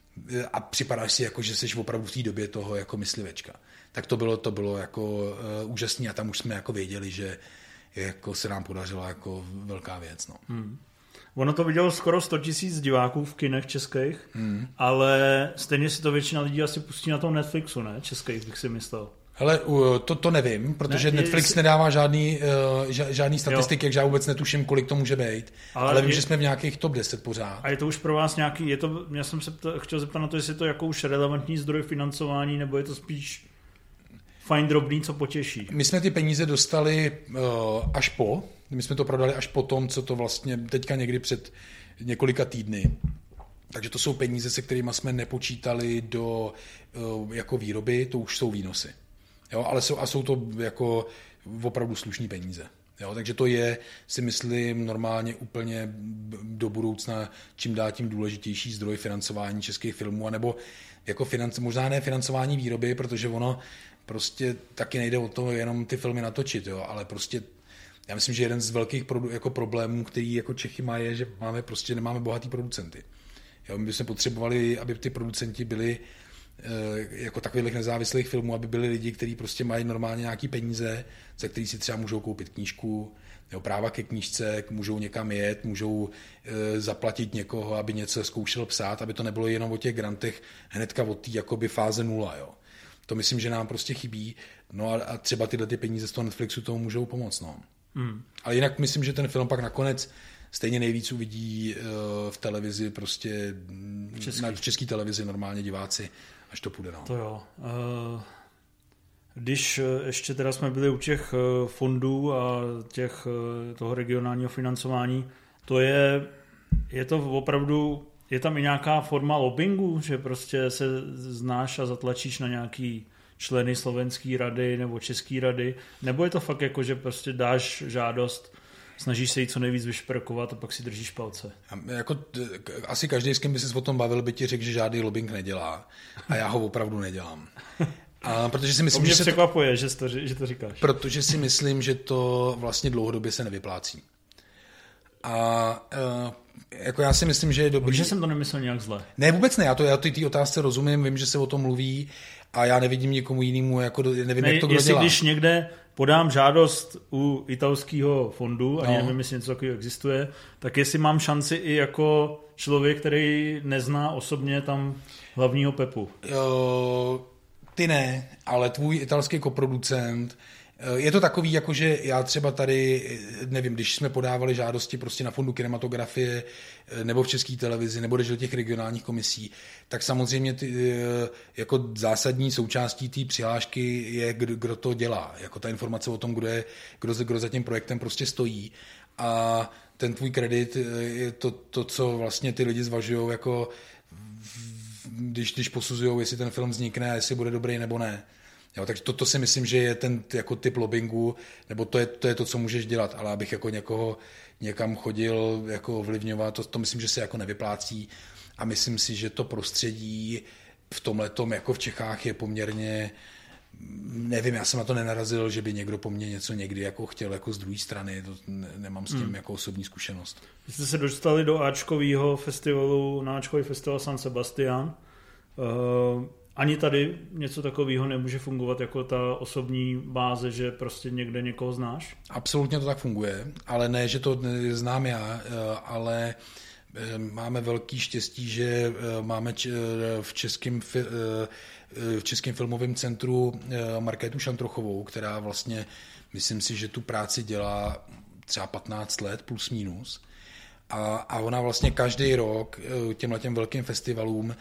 a připadáš si jako, že jsi opravdu v té době toho jako myslivečka. Tak to bylo, to bylo jako uh, úžasný a tam už jsme jako věděli, že jako se nám podařila jako velká věc. No. Hmm. Ono to vidělo skoro sto tisíc diváků v kinech českých, hmm. ale stejně si to většina lidí asi pustí na tom Netflixu, ne? Českých bych si myslel. Hele, to, to nevím, protože ne, Netflix je, nedává žádný, uh, žádný statistiky, takže já vůbec netuším, kolik to může být, ale, ale vím, je, že jsme v nějakých top deset pořád. A je to už pro vás nějaký, je to, já jsem se ptal, chtěl zeptat na to, jestli je to jako už relevantní zdroj financování, nebo je to spíš fajn drobný, co potěší? My jsme ty peníze dostali uh, až po, my jsme to prodali až po tom, co to vlastně teďka někdy před několika týdny. Takže to jsou peníze, se kterými jsme nepočítali do uh, jako výroby, to už jsou výnosy. Jo, ale jsou, a jsou to jako opravdu slušný peníze. Jo, takže to je, si myslím, normálně úplně do budoucna čím dál tím důležitější zdroj financování českých filmů, anebo jako financ, možná ne financování výroby, protože ono prostě taky nejde o to jenom ty filmy natočit, jo, ale prostě já myslím, že jeden z velkých produ, jako problémů, který jako Čechy má, je, že máme prostě nemáme bohatý producenty. Jo, my bychom potřebovali, aby ty producenti byli jako takových nezávislých filmů, aby byli lidi, kteří prostě mají normálně nějaký peníze, za který si třeba můžou koupit knížku, jo, práva ke knížce, můžou někam jet, můžou e, zaplatit někoho, aby něco zkoušel psát, aby to nebylo jenom o těch grantech hnedka od té jakoby fáze nula. Jo. To myslím, že nám prostě chybí. No a, a třeba tyhle ty peníze z toho Netflixu tomu můžou pomoct. No. Hmm. Ale jinak myslím, že ten film pak nakonec stejně nejvíc uvidí e, v televizi, prostě Český. na, v české televizi normálně diváci, až to půjde. No. To jo. Když ještě teda jsme byli u těch fondů a těch, toho regionálního financování, to je, je to opravdu je tam i nějaká forma lobbingu, že prostě se znáš a zatlačíš na nějaký členy slovenské rady nebo české rady, nebo je to fakt jako, že prostě dáš žádost, snažíš se jí co nejvíc vyšperkovat a pak si držíš palce? Jako, asi každý, s kým by se o tom bavil, by ti řekl, že žádný lobbying nedělá. A já ho opravdu nedělám. A protože si myslím, to mě že překvapuje, to, že, to, že to říkáš. Protože si myslím, že to vlastně dlouhodobě se nevyplácí. A uh, jako já si myslím, že je dobrý... Že jsem to nemyslel nějak zle. Ne, vůbec ne, já to já té otázce rozumím, vím, že se o tom mluví a já nevidím nikomu jinému, jako nevím, ne, jak to kdo jestli dělá. Když někde podám žádost u italského fondu, ani no. nevím, jestli něco takového existuje, tak jestli mám šanci i jako člověk, který nezná osobně tam hlavního Pepu. Uh, ty ne, ale tvůj italský koproducent. Je to takový, jako že já třeba tady, nevím, když jsme podávali žádosti prostě na fondu kinematografie nebo v České televizi, nebo do těch regionálních komisí, tak samozřejmě ty, jako zásadní součástí té přihlášky je, kdo, kdo to dělá. Jako ta informace o tom, kdo, je, kdo, kdo za tím projektem prostě stojí. A ten tvůj kredit je to, to co vlastně ty lidi zvažují, jako když, když posuzují, jestli ten film vznikne a jestli bude dobrý nebo ne. Jo, takže toto si myslím, že je ten jako typ lobbingu, nebo to je, to je to, co můžeš dělat, ale abych jako někoho někam chodil jako ovlivňovat, to, to myslím, že se jako nevyplácí a myslím si, že to prostředí v tomhletom jako v Čechách je poměrně, nevím, já jsem na to nenarazil, že by někdo po mně něco někdy jako chtěl jako z druhé strany, to ne, nemám s tím hmm. jako osobní zkušenost. Vy jste se dostali do áčkového festivalu, na áčkový festival San Sebastian. Uh... Ani tady něco takového nemůže fungovat jako ta osobní báze, že prostě někde někoho znáš? Absolutně to tak funguje, ale ne, že to znám já, ale máme velký štěstí, že máme v českém, v českém filmovém centru Markétu Šantrochovou, která vlastně, myslím si, že tu práci dělá třeba patnáct let plus minus. A, a ona vlastně každý rok těmhletěm velkým festivalům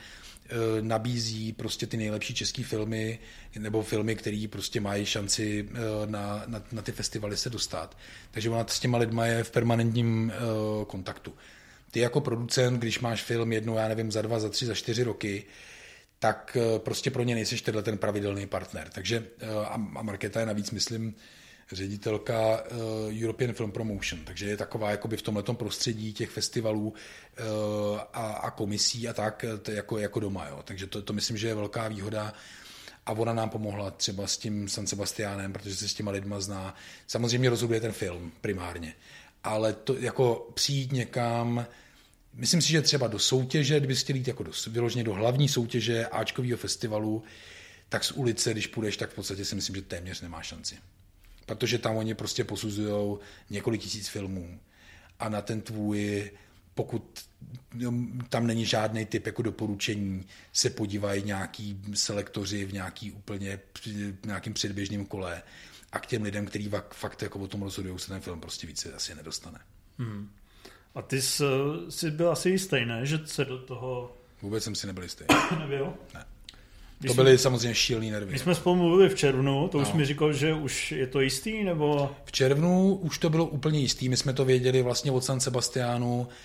nabízí prostě ty nejlepší český filmy nebo filmy, které prostě mají šanci na, na, na ty festivaly se dostat. Takže ona s těma lidma je v permanentním uh, kontaktu. Ty jako producent, když máš film jednou, já nevím, za dva, za tři, za čtyři roky, tak uh, prostě pro ně nejseš tenhle ten pravidelný partner. Takže uh, a Markéta je navíc, myslím, ředitelka uh, European Film Promotion, takže je taková jakoby v tomhletom prostředí těch festivalů uh, a, a komisí a tak to jako, jako doma. Jo. Takže to, to myslím, že je velká výhoda a ona nám pomohla třeba s tím San Sebastiánem, protože se s těma lidma zná. Samozřejmě rozhoduje ten film primárně, ale to jako přijít někam, myslím si, že třeba do soutěže, kdyby chtěli jít jako do, vyloženě do hlavní soutěže áčkového festivalu, tak z ulice, když půjdeš, tak v podstatě si myslím, že téměř nemá šanci. Protože tam oni prostě posuzujou několik tisíc filmů a na ten tvůj, pokud tam není žádný typ jako doporučení, se podívají nějaký selektoři v nějaký úplně v nějakým předběžným kole a k těm lidem, kteří fakt jako o tom rozhodují, se ten film prostě více asi nedostane. Hmm. A ty jsi, jsi byl asi jistý, ne? Že se do toho... Vůbec jsem si nebyl jistý. Nebyl? Ne. Když to byly jsme, samozřejmě šílený nervy. My jsme spolu mluvili v červnu, to no. už mi říkal, že už je to jistý, nebo... V červnu už to bylo úplně jistý, my jsme to věděli vlastně od San Sebastiánu uh,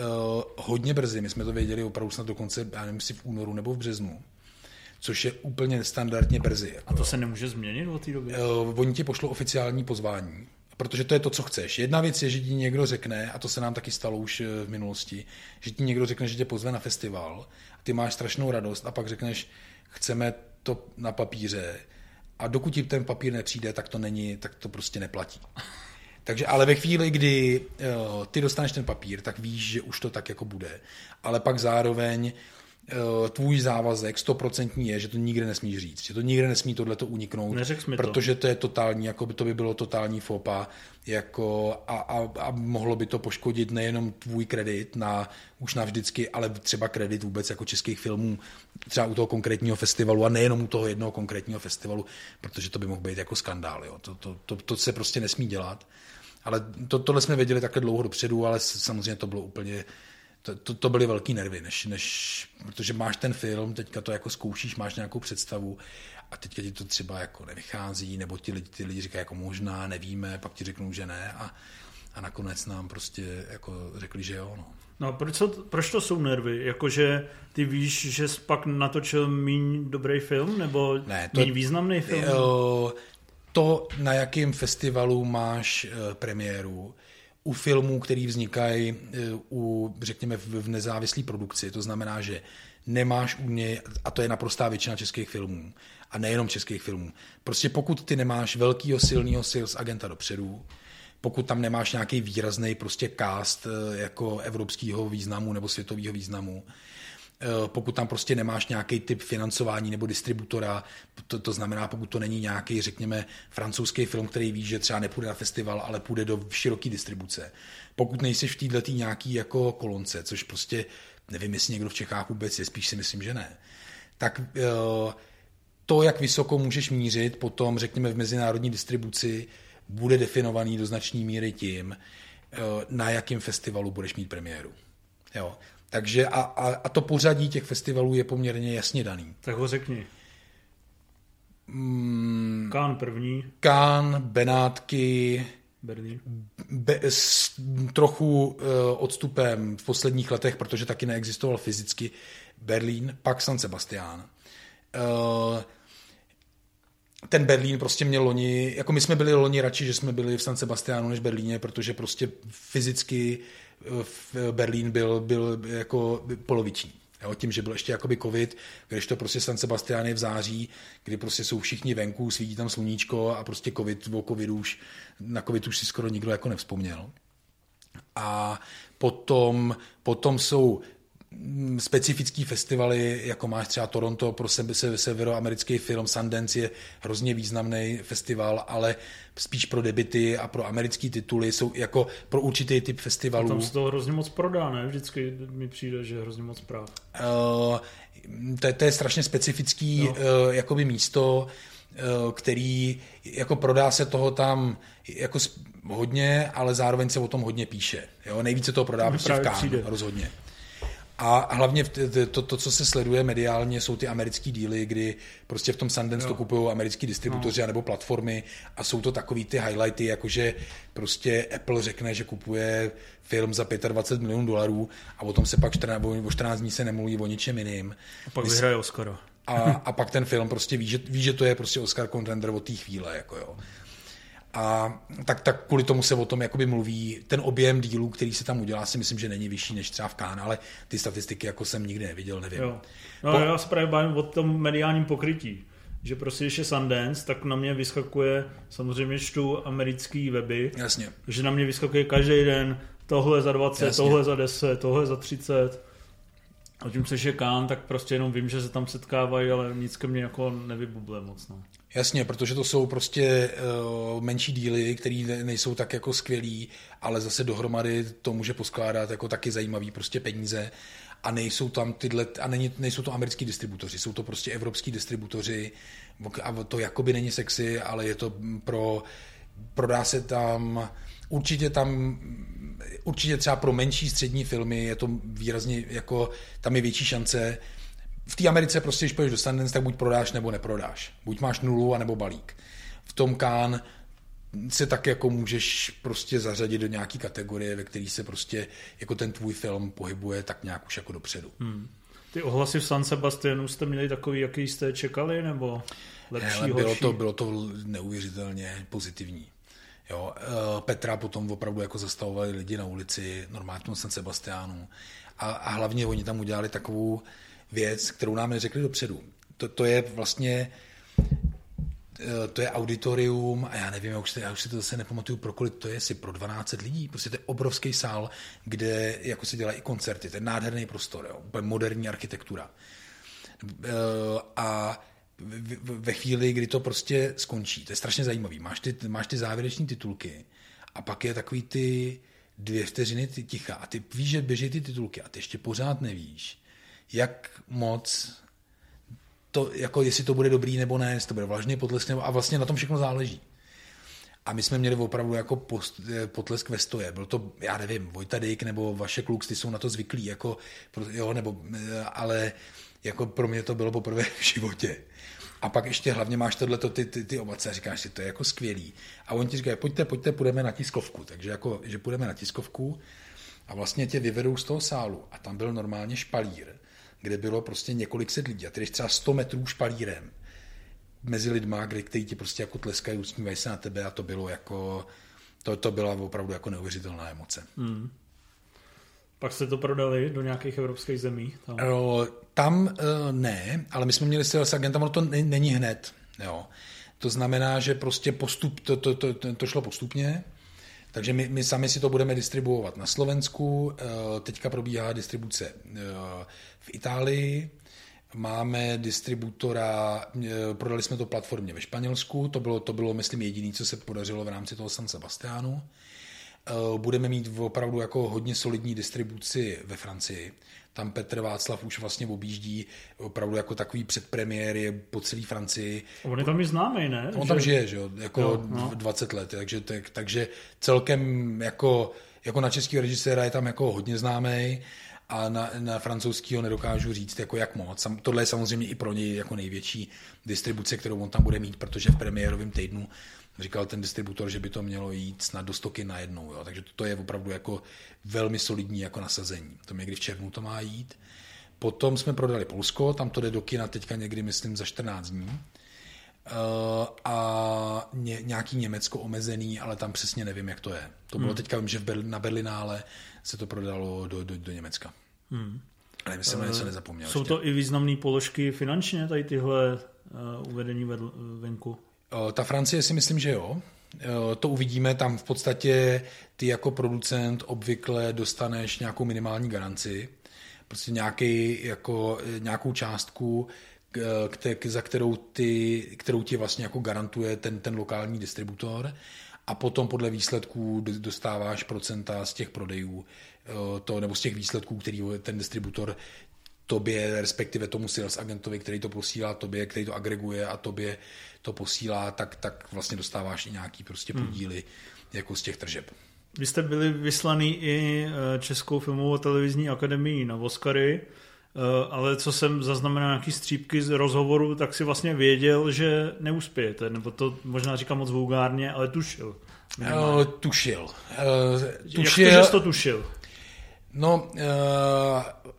hodně brzy, my jsme to věděli opravdu snad dokonce, já nevím, jestli v únoru nebo v březnu, což je úplně standardně brzy. Jako. A to se nemůže změnit od té doby? Uh, oni ti pošlou oficiální pozvání, protože to je to, co chceš. Jedna věc je, že ti někdo řekne, a to se nám taky stalo už v minulosti, že ti někdo řekne, že tě pozve na festival, a ty máš strašnou radost a pak řekneš, chceme to na papíře a dokud ti ten papír nepřijde, tak to není, tak to prostě neplatí. Takže ale ve chvíli, kdy uh, ty dostaneš ten papír, tak víš, že už to tak jako bude. Ale pak zároveň uh, tvůj závazek stoprocentní je, že to nikde nesmíš říct. Že to nikde nesmí tohleto uniknout, protože to je totální, jako by to by bylo totální fopa jako a, a, a mohlo by to poškodit nejenom tvůj kredit na, už navždycky, ale třeba kredit vůbec jako českých filmů, třeba u toho konkrétního festivalu a nejenom u toho jednoho konkrétního festivalu, protože to by mohl být jako skandál. Jo. To, to, to, to se prostě nesmí dělat. Ale to, tohle jsme věděli takhle dlouho dopředu, ale samozřejmě to bylo úplně, to, to, to byly velký nervy, než, než, protože máš ten film, teďka to jako zkoušíš, máš nějakou představu a teďka ti to třeba jako nevychází, nebo ti lidi, ty lidi říkají jako možná, nevíme, pak ti řeknou, že ne a, a nakonec nám prostě jako řekli, že jo. No. No, proč, to, proč to jsou nervy? Jakože ty víš, že jsi pak natočil míň dobrý film, nebo ne, to, míň významný film? Uh, to, na jakém festivalu máš uh, premiéru, u filmů, který vznikají uh, u, řekněme, v, v nezávislé produkci, to znamená, že nemáš u něj, a to je naprostá většina českých filmů, a nejenom českých filmů, prostě pokud ty nemáš velkýho, silného sales agenta dopředu, pokud tam nemáš nějaký výrazný prostě cast jako evropského významu nebo světového významu, pokud tam prostě nemáš nějaký typ financování nebo distributora, to, to znamená, pokud to není nějaký, řekněme, francouzský film, který ví, že třeba nepůjde na festival, ale půjde do široké distribuce. Pokud nejseš v této nějaký jako kolonce, což prostě nevím, jestli někdo v Čechách vůbec je, spíš si myslím, že ne, tak to, jak vysoko můžeš mířit potom, řekněme, v mezinárodní distribuci, bude definovaný do značné míry tím, na jakém festivalu budeš mít premiéru. Jo. Takže a, a, a to pořadí těch festivalů je poměrně jasně daný. Tak ho řekni. Mm, Cannes první. Cannes, Benátky, Berlín. Be, s trochu uh, odstupem v posledních letech, protože taky neexistoval fyzicky, Berlín, pak San Sebastián. Uh, ten Berlín prostě měl loni, jako my jsme byli loni radši, že jsme byli v San Sebastiánu než Berlíně, protože prostě fyzicky v Berlín byl, byl jako poloviční. Jo, tím, že byl ještě jakoby covid, když to prostě San Sebastián je v září, kdy prostě jsou všichni venku, svítí tam sluníčko a prostě covid, o covidu už, na covid už si skoro nikdo jako nevzpomněl. A potom, potom jsou specifický festivaly, jako máš třeba Toronto pro sebe, se, severoamerický film, Sundance je hrozně významný festival, ale spíš pro debity a pro americký tituly jsou jako pro určitý typ festivalů. A tam se to hrozně moc prodá, ne? Vždycky mi přijde, že je hrozně moc práv. Uh, to, to je strašně specifický no. uh, jakoby místo, uh, který jako prodá se toho tam jako hodně, ale zároveň se o tom hodně píše. Jo? Nejvíce toho prodá prostě v Cannes, rozhodně. A hlavně to, to, co se sleduje mediálně, jsou ty americký díly, kdy prostě v tom Sundance to kupují americký distributoři no. nebo platformy a jsou to takový ty highlighty, jakože prostě Apple řekne, že kupuje film za dvacet pět milionů dolarů a potom se pak čtrnáct, o čtrnáct dní se nemluví o ničem jiným. A pak vyhraje Oscara. A, a pak ten film prostě ví, že, ví, že to je prostě Oscar contender od té chvíle. Jako jo. A tak, tak kvůli tomu se o tom jakoby mluví. Ten objem dílů, který se tam udělá, si myslím, že není vyšší než třeba v Cannes, ale ty statistiky jako jsem nikdy neviděl, nevím. Jo. No, po... Já se právě bavím o tom mediálním pokrytí. Že prostě, když je Sundance, tak na mě vyskakuje, samozřejmě čtu americký weby, Jasně. že na mě vyskakuje každý den tohle za dvacet, Jasně. tohle za deset, tohle za třicet. A tím, což je Cannes, tak prostě jenom vím, že se tam setkávají, ale nic ke mně jako nevybuble moc. No. Jasně, protože to jsou prostě uh, menší díly, které nejsou tak jako skvělý, ale zase dohromady to může poskládat jako taky zajímavý prostě peníze a nejsou tam tyhle, a není, nejsou to americký distributoři, jsou to prostě evropský distributoři a to jakoby není sexy, ale je to pro, prodá se tam, určitě tam, určitě třeba pro menší střední filmy je to výrazně jako, tam je větší šance. V té Americe prostě, když půjdeš do Sundance, tak buď prodáš, nebo neprodáš. Buď máš nulu, anebo balík. V tom Cannes se tak jako můžeš prostě zařadit do nějaký kategorie, ve který se prostě jako ten tvůj film pohybuje tak nějak už jako dopředu. Hmm. Ty ohlasy v San Sebastianu jste měli takový, jaký jste čekali, nebo lepší, Hele, bylo horší? to, bylo to neuvěřitelně pozitivní. Jo, Petra potom opravdu jako zastavovali lidi na ulici, normálně v tom San Sebastianu. A, a hlavně oni tam udělali takovou věc, kterou nám neřekli dopředu. To, to je vlastně to je auditorium a já nevím, já už, já už si to zase nepamatuju, pro kolik to je, si pro dvanáct set lidí. Prostě to je obrovský sál, kde jako se dělají i koncerty. To je nádherný prostor, jo, úplně moderní architektura. A ve chvíli, kdy to prostě skončí, to je strašně zajímavý. Máš ty, máš ty závěreční titulky a pak je takový ty dvě vteřiny ty ticha a ty víš, že běží ty titulky a ty ještě pořád nevíš, jak moc to, jako jestli to bude dobrý nebo ne, jestli to bude vlažný potlesk nebo, a vlastně na tom všechno záleží. A my jsme měli opravdu jako post, potlesk ve stoje. Byl to, já nevím, Vojta Dyk nebo Vašek Lux, ty jsou na to zvyklí, jako, jo, nebo, ale jako pro mě to bylo poprvé v životě. A pak ještě hlavně máš tohleto, ty, ty, ty ovace a říkáš si, to je jako skvělý. A oni ti říkají, pojďte, pojďte, půjdeme na tiskovku. Takže jako, že půjdeme na tiskovku a vlastně tě vyvedou z toho sálu a tam byl normálně špalír, kde bylo prostě několik set lidí a ty jdeš třeba sto metrů špalírem mezi lidma, kde, kteří ti prostě jako tleskají, usmívají se na tebe a to bylo jako, to, to byla opravdu jako neuvěřitelná emoce. Hmm. Pak jste to prodali do nějakých evropských zemí? Tam, tam ne, ale my jsme měli s agentem, ono to není hned. Jo. To znamená, že prostě postup, to, to, to, to šlo postupně, takže my, my sami si to budeme distribuovat na Slovensku, teďka probíhá distribuce v Itálii, máme distributora, prodali jsme to platformě ve Španělsku, to bylo, to bylo myslím jediné, co se podařilo v rámci toho San Sebastiánu. Budeme mít opravdu jako hodně solidní distribuci ve Francii. Tam Petr Václav už vlastně objíždí opravdu jako takový předpremiéry po celé Francii. On je tam i známý, ne? On že... tam žije, že jo, jako jo, no. dvacet let, takže, tak, takže celkem jako, jako na českého režiséra je tam jako hodně známý a na, na francouzského nedokážu říct jako jak moc. Tohle je samozřejmě i pro něj jako největší distribuce, kterou on tam bude mít, protože v premiérovém týdnu říkal ten distributor, že by to mělo jít snad do stoky najednou, jo. Takže to je opravdu jako velmi solidní jako nasazení. To někdy v červnu to má jít. Potom jsme prodali Polsko, tam to jde do kina teďka někdy, myslím, za čtrnáct dní. Uh, a ně, nějaký Německo omezený, ale tam přesně nevím, jak to je. To bylo hmm. teďka, vím, že v Berl- na Berlinále se to prodalo do, do, do Německa. Hmm. Ale my jsem uh, na něco nezapomněl. Jsou ještě. To i významné položky finančně, tady tyhle uh, uvedení vedl, venku? Ta Francie si myslím, že jo. To uvidíme, tam v podstatě ty jako producent obvykle dostaneš nějakou minimální garanci, prostě nějaký, jako, nějakou částku, za kterou, ty, kterou ti vlastně jako garantuje ten, ten lokální distributor a potom podle výsledků dostáváš procenta z těch prodejů to, nebo z těch výsledků, který ten distributor tobě, respektive tomu sales agentovi, který to posílá tobě, který to agreguje a tobě to posílá, tak, tak vlastně dostáváš i nějaký prostě podíly hmm. jako z těch tržeb. Vy jste byli vyslaný i Českou filmovou televizní akademii na Oscary, ale co jsem zaznamenal nějaký střípky z rozhovoru, tak si vlastně věděl, že neuspějete, nebo to možná říkám moc vulgárně, ale tušil. Uh, tušil. Uh, tušil. Jak to, že jsi to tušil? No, uh,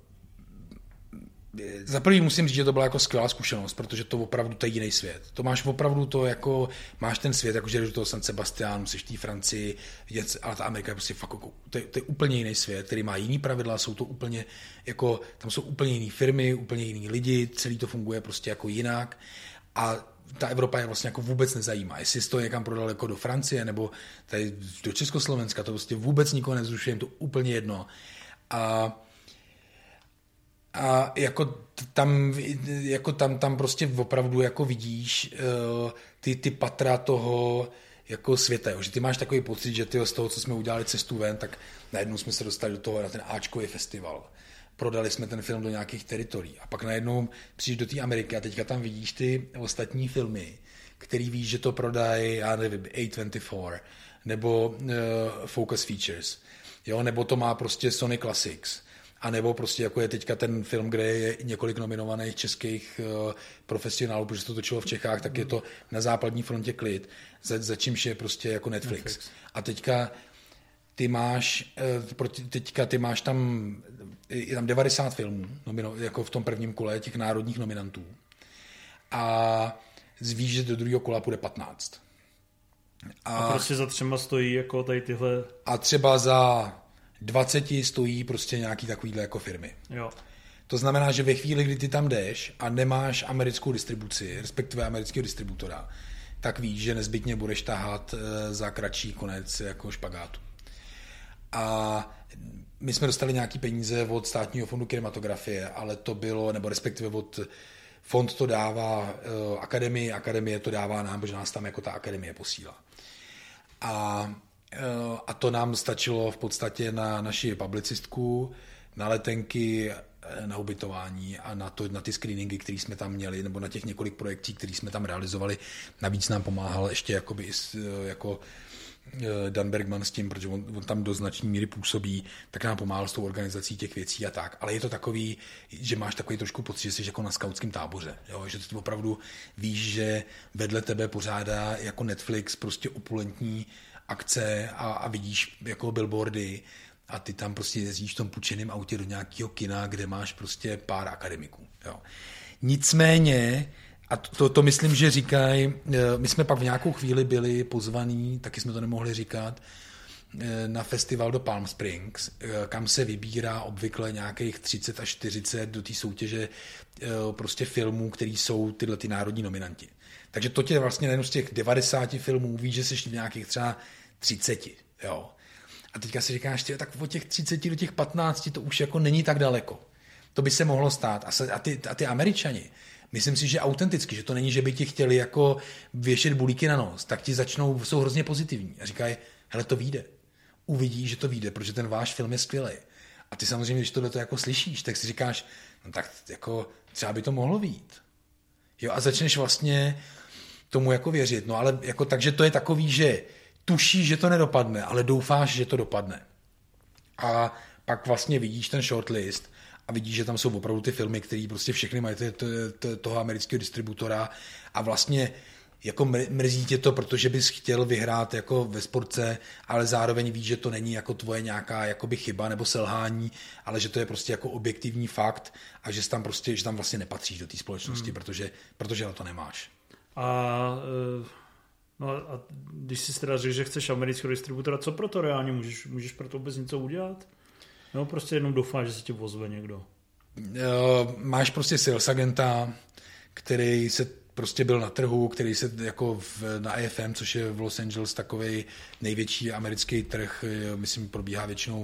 za prvý musím říct, že to byla jako skvělá zkušenost, protože to opravdu to je jiný svět. To máš opravdu to jako, máš ten svět, jako že jdeš do toho San Sebastiánu, jsi v té Francii, ale ta Amerika je prostě fakt jako, to je, to je úplně jiný svět, který má jiný pravidla, jsou to úplně jako, tam jsou úplně jiný firmy, úplně jiný lidi, celý to funguje prostě jako jinak a ta Evropa je vlastně jako vůbec nezajímá. Jestli jsi to někam prodal jako do Francie nebo tady do Československa, to prostě vůbec nikoho nevzrušuje, jim to úplně jedno. A A jako tam, jako tam, tam prostě opravdu jako vidíš uh, ty, ty patra toho jako světa, jo. Že ty máš takový pocit, že tyjo, z toho, co jsme udělali cestu ven, tak najednou jsme se dostali do toho na ten áčkový festival. Prodali jsme ten film do nějakých teritorií a pak najednou přijdeš do té Ameriky a teďka tam vidíš ty ostatní filmy, který víš, že to prodají, já nevím, A dvacet čtyři nebo uh, Focus Features, jo, nebo to má prostě Sony Classics. A nebo prostě jako je teďka ten film, kde je několik nominovaných českých uh, profesionálů, protože se to točilo v Čechách, tak je to Na západní frontě klid, za, za čímž je prostě jako Netflix. Netflix. A teďka ty máš, uh, teďka ty máš tam, je tam devadesát filmů, nomino, jako v tom prvním kole těch národních nominantů. A zvíš, že do druhého kola půjde patnáct. A, a prostě za třema stojí jako tady tyhle... A třeba za dvaceti stojí prostě nějaký takovýhle jako firmy. Jo. To znamená, že ve chvíli, kdy ty tam jdeš a nemáš americkou distribuci, respektive amerického distributora, tak víš, že nezbytně budeš tahat za kratší konec jako špagátu. A my jsme dostali nějaký peníze od Státního fondu kinematografie, ale to bylo, nebo respektive od fond to dává uh, akademii, akademie to dává nám, protože nás tam jako ta akademie posílá. A A to nám stačilo v podstatě na naši publicistku, na letenky, na ubytování a na, to, na ty screeningy, které jsme tam měli, nebo na těch několik projekcí, které jsme tam realizovali. Navíc nám pomáhal ještě jakoby, jako Dan Bergman s tím, protože on, on tam do značné míry působí, tak nám pomáhal s tou organizací těch věcí a tak. Ale je to takový, že máš takový trošku pocit, že jsi jako na skautském táboře. Jo? Že ty opravdu víš, že vedle tebe pořádá jako Netflix prostě opulentní akce a, a vidíš jako billboardy a ty tam prostě jezdíš v tom půjčeném autě do nějakého kina, kde máš prostě pár akademiků. Jo? Nicméně, a to, to myslím, že říkají, my jsme pak v nějakou chvíli byli pozvaní, taky jsme to nemohli říkat, na festival do Palm Springs, kam se vybírá obvykle nějakých třicet až čtyřicet do té soutěže prostě filmů, který jsou tyhle ty národní nominanti. Takže to tě vlastně najednou z těch devadesáti filmů víš, že jsi v nějakých třeba třiceti. Jo. A teďka si říkáš, tyjo, tak od těch třiceti do těch patnácti to už jako není tak daleko. To by se mohlo stát. A, se, a, ty, a ty Američani, myslím si, že autenticky, že to není, že by ti chtěli jako věšet bulíky na nos, tak ti začnou, jsou hrozně pozitivní a říkají, hele, to vyjde. Uvidíš, že to vyjde, protože ten váš film je skvělý. A ty samozřejmě, když tohle to jako slyšíš, tak si říkáš, no tak jako třeba by to mohlo vyjít. Jo, a začneš vlastně tomu jako věřit. No ale jako takže to je takový, že tušíš, že to nedopadne, ale doufáš, že to dopadne. A pak vlastně vidíš ten shortlist a vidíš, že tam jsou opravdu ty filmy, které prostě všechny mají t- t- t- toho amerického distributora a vlastně jako mrzí tě to, protože bys chtěl vyhrát jako ve sportce, ale zároveň víš, že to není jako tvoje nějaká jakoby chyba nebo selhání, ale že to je prostě jako objektivní fakt a že tam prostě, že tam vlastně nepatříš do té společnosti, hmm. protože, protože na to nemáš. A, no a když jsi teda řekl, že chceš amerického distributora, co pro to reálně můžeš? Můžeš pro to vůbec něco udělat? No prostě jenom doufáš, že se tě ozve někdo. Máš prostě sales agenta, který se prostě byl na trhu, který se jako v, na I F M, což je v Los Angeles takovej největší americký trh, myslím, probíhá většinou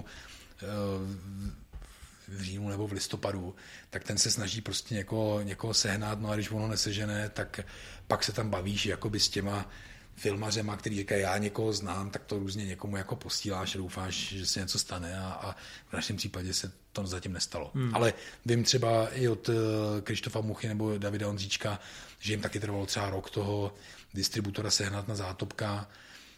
v říjnu nebo v listopadu, tak ten se snaží prostě někoho, někoho sehnat, no a když ono nesežené, tak pak se tam bavíš jakoby s těma filmařema, který říkají, já někoho znám, tak to různě někomu jako postíláš a doufáš, že se něco stane a, a v našem případě se to zatím nestalo. Hmm. Ale vím třeba i od Krištofa Muchy nebo Davida Ondříčka, že jim taky trvalo třeba rok toho distributora sehnat na Zátopka.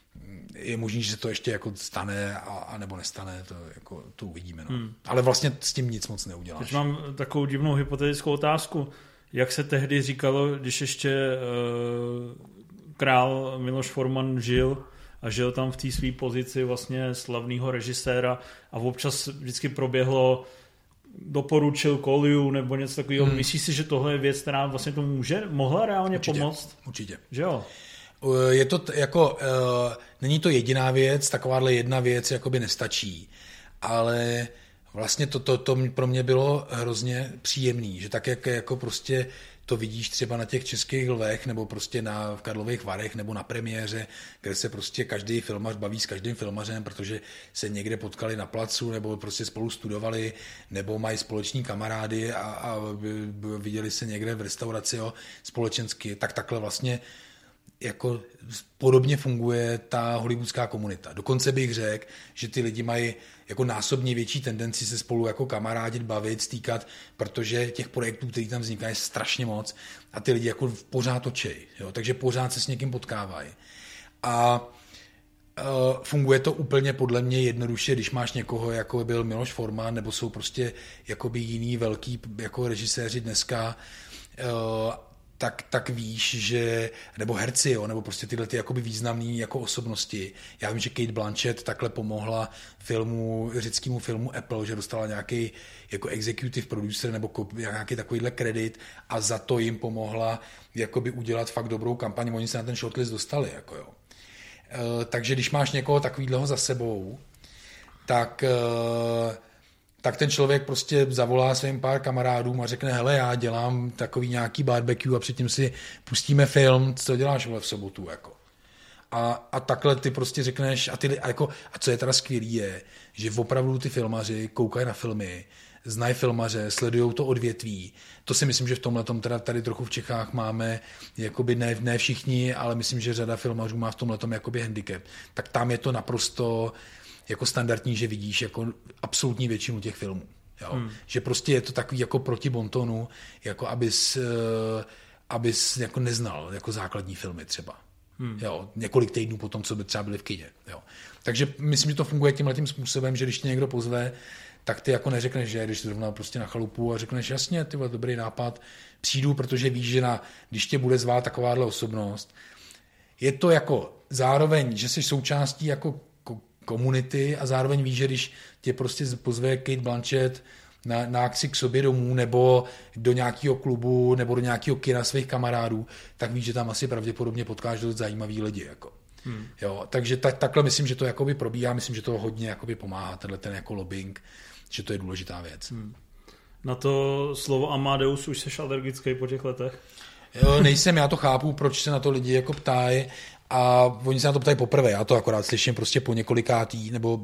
Je možný, že se to ještě jako stane a, a nebo nestane, to, jako, to uvidíme. No. Hmm. Ale vlastně s tím nic moc neuděláš. Teď mám takovou divnou hypotetickou otázku. Jak se tehdy říkalo, když ještě uh, král Miloš Forman žil a žil tam v té své pozici vlastně slavného režiséra a občas vždycky proběhlo doporučil Koliu nebo něco takového. Hmm. Myslíš si, že tohle je věc, která vlastně tomu může, mohla reálně určitě, pomoct? Určitě. Že jo? Je to t- jako, uh, není to jediná věc, takováhle jedna věc jakoby nestačí, ale vlastně to, to, to pro mě bylo hrozně příjemný, že tak, jak jako prostě to vidíš třeba na těch Českých lvech nebo prostě na, v Karlových Varech nebo na premiéře, kde se prostě každý filmař baví s každým filmařem, protože se někde potkali na placu nebo prostě spolu studovali nebo mají společní kamarády a, a viděli se někde v restauraci jo, společensky, tak takhle vlastně jako podobně funguje ta hollywoodská komunita. Dokonce bych řekl, že ty lidi mají jako násobně větší tendenci se spolu jako kamarádit, bavit, stýkat, protože těch projektů, který tam vznikají, je strašně moc a ty lidi jako pořád točí, jo? Takže pořád se s někým potkávají. A uh, funguje to úplně podle mě jednoduše, když máš někoho, jako byl Miloš Forman, nebo jsou prostě jakoby jiný velký jako režiséři dneska, uh, tak, tak víš, že, nebo herci, jo, nebo prostě tyhle ty jakoby významný jako osobnosti. Já vím, že Kate Blanchett takhle pomohla filmu, řeckému filmu Apple, že dostala nějaký jako executive producer nebo nějaký takovýhle kredit a za to jim pomohla jakoby udělat fakt dobrou kampaň, oni se na ten shortlist dostali, jako jo. E, takže když máš někoho takovýhleho za sebou, tak e, tak ten člověk prostě zavolá svým pár kamarádům a řekne, hele, já dělám takový nějaký barbecue a předtím si pustíme film, co děláš v sobotu, jako. A, a takhle ty prostě řekneš, a, ty, a, jako, a co je teda skvělý je, že opravdu ty filmaři koukají na filmy, znají filmaře, sledujou to odvětví. To si myslím, že v tomhletom teda tady trochu v Čechách máme, jakoby ne, ne všichni, ale myslím, že řada filmařů má v tomhletom jakoby handicap. Tak tam je to naprosto jako standardní, že vidíš jako absolutní většinu těch filmů. Jo? Hmm. Že prostě je to takový jako proti bontonu, jako abys, abys jako neznal jako základní filmy třeba. Hmm. Jo, několik týdnů potom, co by třeba byli v kině. Jo. Takže myslím, že to funguje tímhletím způsobem, že když tě někdo pozve, tak ty jako neřekneš, že když zrovna prostě na chalupu a řekneš, jasně, ty vole, dobrý nápad, přijdu, protože víš, že na, když tě bude zvát takováhle osobnost, je to jako zároveň, že jsi součástí jako komunity a zároveň víš, že když tě prostě pozve Kate Blanchett na, na akci k sobě domů nebo do nějakého klubu nebo do nějakého kina svých kamarádů, tak víš, že tam asi pravděpodobně potkáš dost zajímavý lidi. Jako. Hmm. Jo, takže tak, takhle myslím, že to jakoby probíhá, myslím, že to hodně jakoby pomáhá, tenhle ten jako lobbying, že to je důležitá věc. Hmm. Na to slovo Amadeus už jsi alergický po těch letech? Jo, nejsem, já to chápu, proč se na to lidi jako ptají a oni se na to ptají poprvé, já to akorát slyším prostě po několikátý, nebo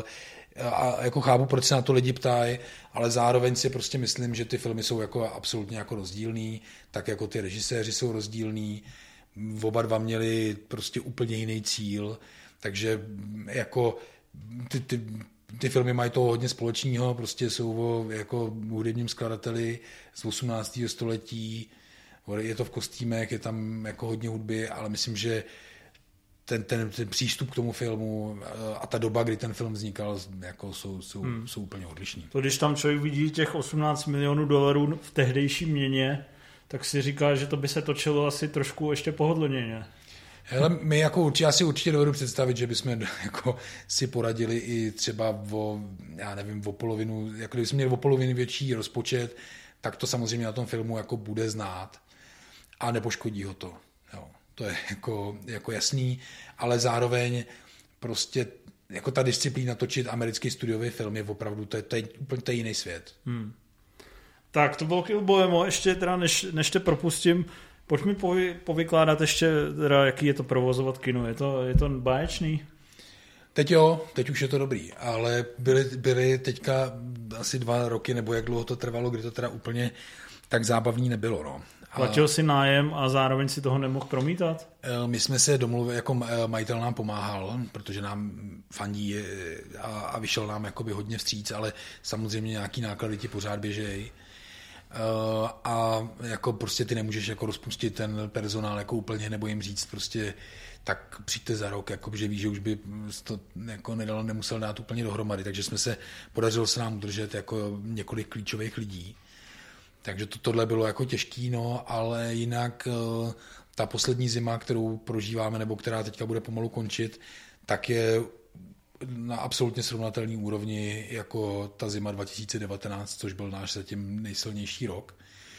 a jako chápu, proč se na to lidi ptají, ale zároveň si prostě myslím, že ty filmy jsou jako absolutně jako rozdílný, tak jako ty režiséři jsou rozdílný, oba dva měli prostě úplně jiný cíl, takže jako ty, ty, ty filmy mají toho hodně společného, prostě jsou o jako hudebním skladateli z osmnáctého století, je to v kostýmech, je tam jako hodně hudby, ale myslím, že ten, ten, ten přístup k tomu filmu a ta doba, kdy ten film vznikal, jako jsou, jsou, hmm. jsou úplně odlišní. To když tam člověk vidí těch osmnáct milionů dolarů v tehdejší měně, tak si říká, že to by se točilo asi trošku ještě pohodlněně. Hele, my jako určitě, já si určitě dovedu představit, že bychom jako si poradili i třeba o, já nevím, o polovinu, jako kdybychom měli o polovinu větší rozpočet, tak to samozřejmě na tom filmu jako bude znát a nepoškodí ho to. Jo, to je jako, jako jasný, ale zároveň prostě jako ta disciplína točit americký studiový film je opravdu, to je, to je úplně to je jiný svět. Hmm. Tak to bylo Killboymo, ještě teda než, než te propustím, pojď mi povy, povykládat ještě, teda, jaký je to provozovat kino, je to, je to báječný? Teď jo, teď už je to dobrý, ale byly, byly teďka asi dva roky, nebo jak dlouho to trvalo, kdy to teda úplně tak zábavný nebylo, no. Platil si nájem a zároveň si toho nemohl promítat? My jsme se domluvili, jako majitel nám pomáhal, protože nám fandí a, a vyšel nám jakoby hodně vstříc, ale samozřejmě nějaký náklady ti pořád běžejí. A jako prostě ty nemůžeš jako rozpustit ten personál jako úplně, nebo jim říct prostě tak přijďte za rok, jako, že víš, že už by to jako nedal, nemusel dát úplně dohromady, takže jsme se, podařilo se nám udržet jako několik klíčových lidí. Takže to, tohle bylo jako těžký, no, ale jinak ta poslední zima, kterou prožíváme, nebo která teďka bude pomalu končit, tak je na absolutně srovnatelné úrovni jako ta zima dva tisíce devatenáct, což byl náš zatím nejsilnější rok.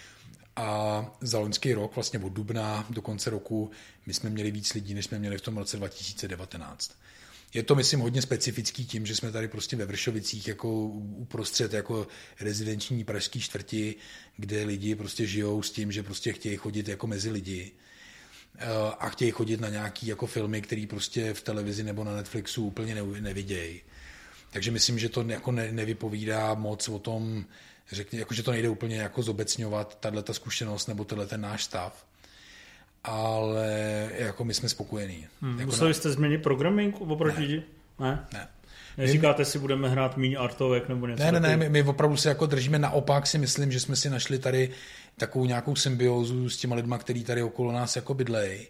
A za loňský rok, vlastně od dubna do konce roku, my jsme měli víc lidí, než jsme měli v tom roce dva tisíce devatenáct. Je to, myslím, hodně specifický tím, že jsme tady prostě ve Vršovicích jako uprostřed jako rezidenční pražský čtvrti, kde lidi prostě žijou s tím, že prostě chtějí chodit jako mezi lidi a chtějí chodit na nějaký jako filmy, který prostě v televizi nebo na Netflixu úplně nevidějí. Takže myslím, že to jako ne, nevypovídá moc o tom, řekně, jako, že to nejde úplně jako zobecňovat tato zkušenost nebo tenhle ten náš stav. Ale jako my jsme spokojení. Hmm, jako museli na... jste změnit programming oproti? Ne. Ne? Ne. Neříkáte si, budeme hrát míň artovek nebo něco? Ne, ne, ne, my, my opravdu se jako držíme, naopak si myslím, že jsme si našli tady takovou nějakou symbiózu s těma lidma, který tady okolo nás jako bydlej.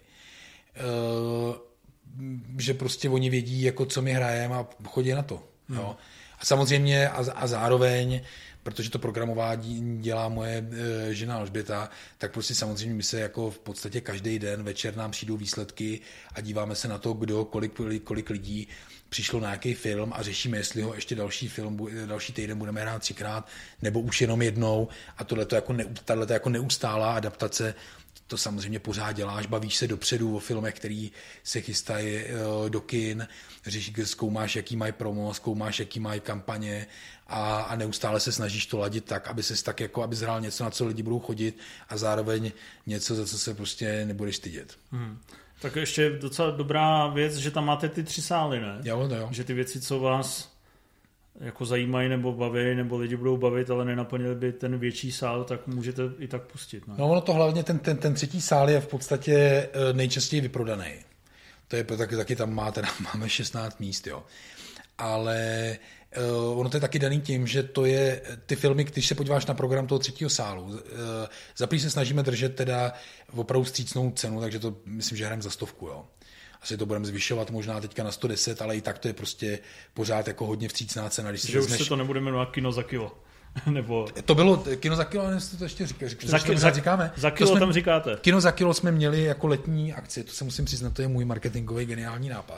Uh, že prostě oni vědí, jako co my hrajeme a chodí na to. Hmm. Jo. A samozřejmě a, a zároveň, protože to programování dělá moje e, žena Alžběta, tak prostě samozřejmě my se jako v podstatě každý den večer nám přijdou výsledky a díváme se na to, kdo, kolik, kolik lidí přišlo na nějaký film a řešíme, jestli ho ještě další film, další týden budeme hrát třikrát, nebo už jenom jednou a tohleto jako, ne, tato jako neustálá adaptace, to samozřejmě pořád děláš, bavíš se dopředu o filmech, který se chystají do kin, řešíš, zkoumáš, jaký mají promo, zkoumáš, jaký mají kampaně a, a neustále se snažíš to ladit tak, aby ses tak jako, aby zhrál něco, na co lidi budou chodit a zároveň něco, za co se prostě nebudeš stydět. Hmm. Tak ještě docela dobrá věc, že tam máte ty tři sály, ne? Jo, to jo. Že ty věci, co vás jako zajímají nebo baví, nebo lidi budou bavit, ale nenaplnili by ten větší sál, tak můžete i tak pustit. Ne? No ono to hlavně, ten, ten, ten třetí sál je v podstatě nejčastěji vyprodaný. To je taky, taky tam má, teda máme šestnáct míst, jo. ale uh, ono to je taky daný tím, že to je ty filmy, když se podíváš na program toho třetího sálu, uh, zaprý se snažíme držet teda opravdu vstřícnou cenu, takže to myslím, že hrajeme za stovku, jo. Asi to budeme zvyšovat možná teďka na sto deset, ale i tak to je prostě pořád jako hodně vstřícná cena. Když že vezmeš... už se to nebude jmenovat kino za kilo. Nebo... To bylo kino za kilo, ale jste to ještě říkali. Za, ki- za, říkáme. za kilo jsme, tam říkáte. Kino za kilo jsme měli jako letní akci, to se musím přiznat, to je můj marketingový geniální nápad.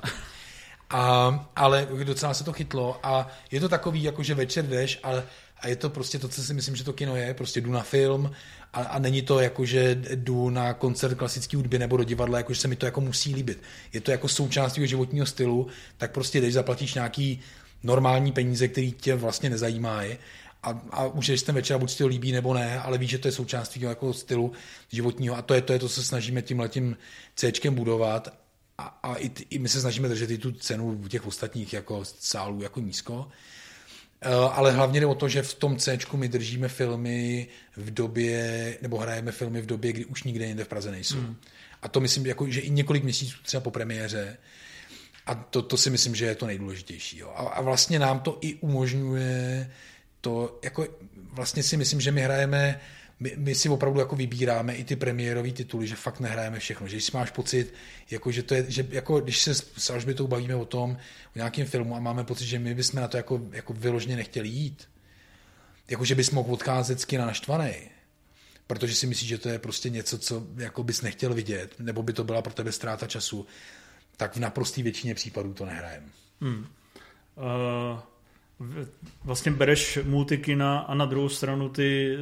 A, ale docela se to chytlo a je to takový, jako že večer jdeš a, a je to prostě to, co si myslím, že to kino je, prostě jdu na film a, a není to jako, že jdu na koncert klasické hudby nebo do divadla, jako že se mi to jako musí líbit. Je to jako součást tvého životního stylu, tak prostě jdeš, zaplatíš nějaký normální peníze, který tě vlastně nezajímají a, a už ten večer, buď si to líbí nebo ne, ale víš, že to je součást tvého jako stylu životního a to je to, je to, co se snažíme tímhletím Cčkem budovat. A, a i, i my se snažíme držet i tu cenu těch ostatních jako sálů jako nízko. Uh, ale hlavně jde o to, že v tom Cčku my držíme filmy v době, nebo hrajeme filmy v době, kdy už nikde jinde v Praze nejsou. Mm. A to myslím, jako, že i několik měsíců třeba po premiéře. A to, to si myslím, že je to nejdůležitější. Jo. A, a vlastně nám to i umožňuje to, jako vlastně si myslím, že my hrajeme My, my si opravdu jako vybíráme i ty premiérový tituly, že fakt nehrajeme všechno, že když si máš pocit, jako, že to je, že jako, když se s Alžbětou bavíme o tom, o nějakém filmu a máme pocit, že my bychom na to jako, jako vyloženě nechtěli jít, jako že bys mohl odcházet z kina naštvanej, protože si myslíš, že to je prostě něco, co jako bys nechtěl vidět, nebo by to byla pro tebe ztráta času, tak v naprosté většině případů to nehrajeme. Hmm. Uh... Vlastně bereš multikina a na druhou stranu ty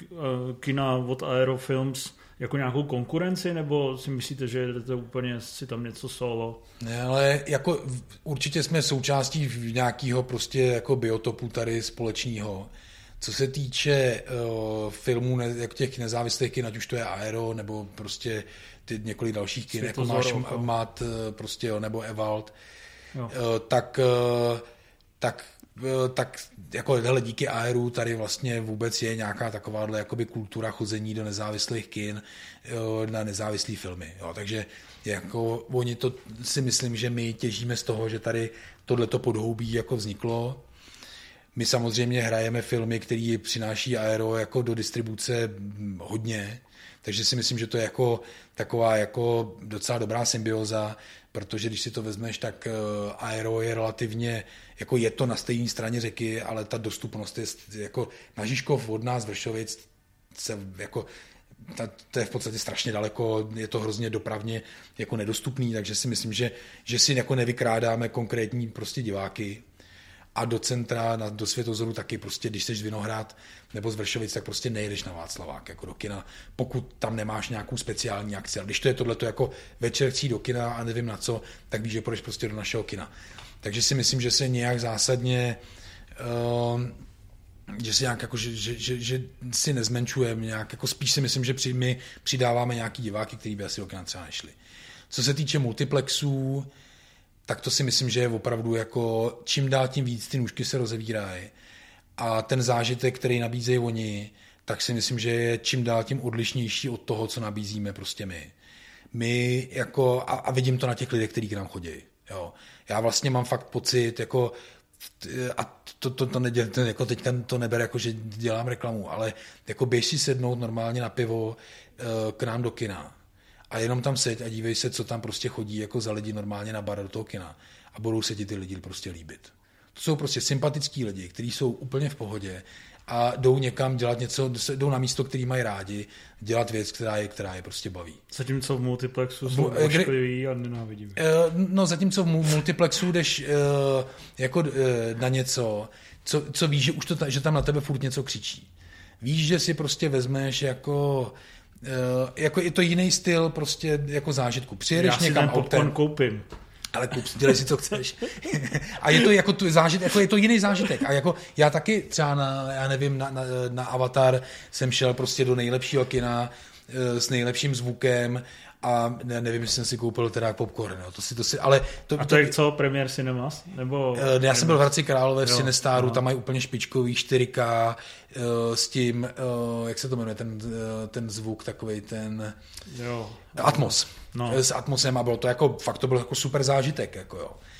kina od Aerofilms jako nějakou konkurenci, nebo si myslíte, že jdete úplně si tam něco solo? Ne, ale jako určitě jsme součástí nějakého prostě jako biotopu tady společného. Co se týče uh, filmů, ne, jako těch nezávislých kin, ať už to je Aero, nebo prostě ty několik dalších kin, jako máš Mat, prostě, jo, nebo Ewald, uh, tak, uh, tak tak jako hele, díky Aeru tady vlastně vůbec je nějaká takováhle jakoby kultura chození do nezávislých kin na nezávislý filmy. Jo, takže jako oni to si myslím, že my těžíme z toho, že tady tohleto podhoubí jako vzniklo. My samozřejmě hrajeme filmy, které přináší Aero jako do distribuce hodně, takže si myslím, že to je jako taková jako docela dobrá symbioza, protože když si to vezmeš, tak Aero je relativně, jako je to na stejné straně řeky, ale ta dostupnost je jako na Žižkov od nás Vršovic, se jako, ta, to je v podstatě strašně daleko, je to hrozně dopravně jako nedostupný, takže si myslím, že, že si jako nevykrádáme konkrétní prostě diváky. A do centra, na, do Světozoru taky prostě, když jsi z Vinohrad nebo z Vršovic, tak prostě nejdeš na Václavák jako do kina, pokud tam nemáš nějakou speciální akci. Ale když to je tohleto jako večer chcí do kina a nevím na co, tak víš, že půjdeš prostě do našeho kina. Takže si myslím, že se nějak zásadně, uh, že si nějak jako, že, že, že, že si nezmenšujeme nějak, jako spíš si myslím, že při, my přidáváme nějaký diváky, který by asi do kina třeba nešli. Co se týče multiplexů, tak to si myslím, že je opravdu jako čím dál tím víc ty nůžky se rozevírají a ten zážitek, který nabízejí oni, tak si myslím, že je čím dál tím odlišnější od toho, co nabízíme prostě my. My jako, a, a vidím to na těch lidech, kteří k nám chodí. Jo. Já vlastně mám fakt pocit, jako, a to, to, to, neděl, to jako teďka to neber, jako, že dělám reklamu, ale jako běž si sednout normálně na pivo k nám do kina. A jenom tam seď a dívej se, co tam prostě chodí jako za lidi normálně na bar do toho kina. A budou se ti ty lidi prostě líbit. To jsou prostě sympatický lidi, kteří jsou úplně v pohodě a jdou někam dělat něco, jdou na místo, který mají rádi, dělat věc, která je, která je prostě baví. Zatímco v multiplexu jsou oškliví a nenávidí. No zatímco v multiplexu jdeš jako na něco, co, co víš, že, už to, že tam na tebe furt něco křičí. Víš, že si prostě vezmeš jako... Uh, jako je to jiný styl prostě jako zážitku. Přijedeš Já si někam ten popcorn koupím. Ale kup, dělej si, co chceš. A je to jako tu zážitek, jako je to jiný zážitek. A jako já taky třeba na, já nevím, na, na, na Avatar jsem šel prostě do nejlepšího kina uh, s nejlepším zvukem a ne, nevím, jestli jsem si koupil teda popcorn. No. To si, to si, ale to, a to, to je co, Premiér Cinemas? Nebo uh, já jsem byl v Hradci Králové v Cinestaru, tam mají úplně špičkový čtyři ká uh, s tím, uh, jak se to jmenuje, ten, uh, ten zvuk takovej, ten jo. Atmos. No. S Atmosem a bylo to jako, fakt to byl jako super zážitek. Jako jo.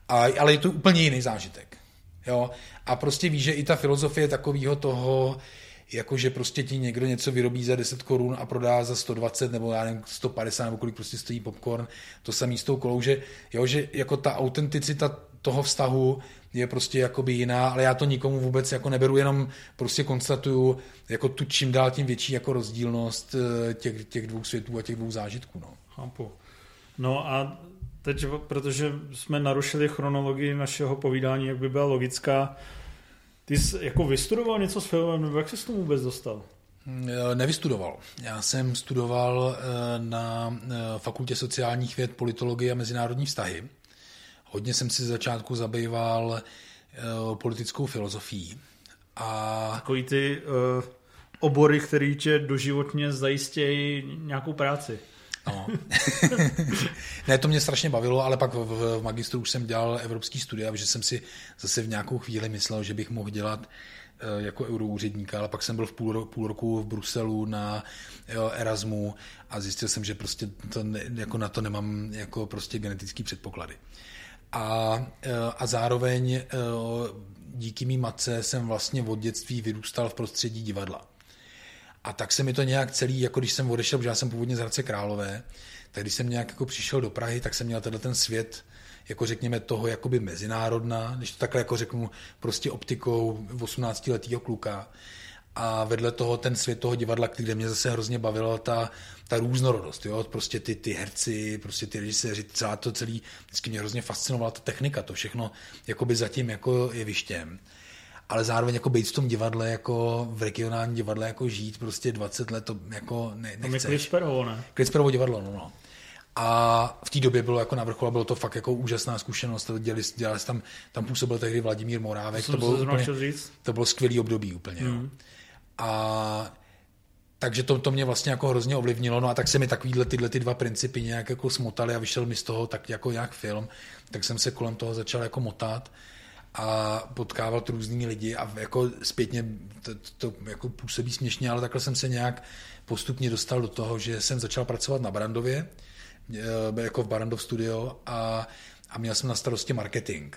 A, ale je to úplně jiný zážitek. Jo? A prostě víš, že i ta filozofie takového toho, jakože prostě ti někdo něco vyrobí za deset korun a prodá za sto dvacet nebo já nevím, sto padesát nebo kolik prostě stojí popcorn, to samý s tou kolou, že, jo, že jako ta autenticita toho vztahu je prostě jakoby jiná, ale já to nikomu vůbec jako neberu, jenom prostě konstatuju jako tu čím dál tím větší jako rozdílnost těch, těch dvou světů a těch dvou zážitků. No. Chápu. No a teď, protože jsme narušili chronologii našeho povídání, jak by byla logická, ty jsi jako vystudoval něco s filmem, nebo jak jsi s tomu vůbec dostal? Nevystudoval. Já jsem studoval na Fakultě sociálních věd, politologie a mezinárodní vztahy. Hodně jsem si z začátku zabýval politickou filozofií. A... Takový ty uh, obory, které tě doživotně zajistějí nějakou práci. No. Ne, to mě strašně bavilo, ale pak v, v magistru už jsem dělal evropský studia, protože jsem si zase v nějakou chvíli myslel, že bych mohl dělat uh, jako euroúředníka, ale pak jsem byl v půl, půl roku v Bruselu na jo, Erasmu a zjistil jsem, že prostě to ne, jako na to nemám jako prostě genetický předpoklady. A, uh, a zároveň uh, díky mý matce jsem vlastně od dětství vyrůstal v prostředí divadla. A tak se mi to nějak celý, jako když jsem odešel, protože já jsem původně z Hradce Králové, tak když jsem nějak jako přišel do Prahy, tak jsem měl tenhle ten svět, jako řekněme toho jakoby mezinárodna, když to takhle jako řeknu prostě optikou osmnáctiletýho kluka. A vedle toho ten svět toho divadla, kde mě zase hrozně bavila ta, ta různorodost, jo? Prostě ty, ty herci, prostě ty režiséři, celá to celý, vždycky mě hrozně fascinovala ta technika, to všechno jakoby zatím jako jevištěm. Ale zároveň jako být v tom divadle, jako v regionálním divadle, jako žít prostě dvacet let, to jako ne, nechceš. To je Klitsperovo, ne? Klitsperovo divadlo, no, no. A v té době bylo jako na vrcholu, bylo to fakt jako úžasná zkušenost, dělali, dělali tam, tam působil tehdy Vladimír Morávek, to, to, bylo, úplně, to bylo skvělý období úplně, mm. jo. A takže to, to mě vlastně jako hrozně ovlivnilo, no a tak se mi takovýhle tyhle ty dva principy nějak jako smotaly a vyšel mi z toho tak jako nějak film, tak jsem se kolem toho začal jako motat a potkávat různý lidi a jako zpětně to, to jako působí směšně, ale takhle jsem se nějak postupně dostal do toho, že jsem začal pracovat na Barrandově, jako v Barrandov Studio a, a měl jsem na starosti marketing.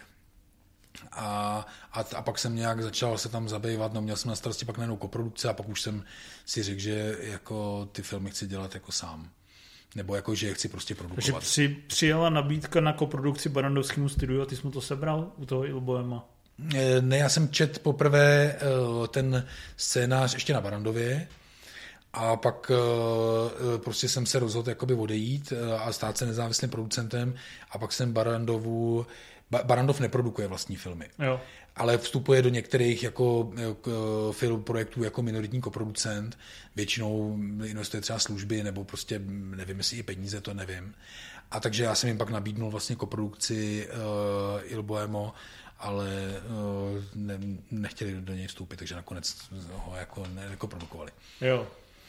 A, a, a pak jsem nějak začal se tam zabývat, no měl jsem na starosti pak najednou koprodukce a pak už jsem si řekl, že jako ty filmy chci dělat jako sám. Nebo jako, že je chci prostě produkovat. Takže při, přijela nabídka na koprodukci Barrandovskému studiu a ty jsi mu to sebral u toho Il Bohema? Ne, já jsem čet poprvé ten scénář ještě na Barrandově a pak prostě jsem se rozhodl jakoby odejít a stát se nezávislým producentem a pak jsem Barrandovu Barrandov neprodukuje vlastní filmy, jo. ale vstupuje do některých jako, jako film projektů jako minoritní koproducent, většinou investuje třeba služby nebo prostě nevím, jestli i peníze, to nevím. A takže já jsem jim pak nabídnul vlastně koprodukci uh, Il Bohemo, ale uh, ne, nechtěli do něj vstoupit, takže nakonec ho jako nekoprodukovali. Jo.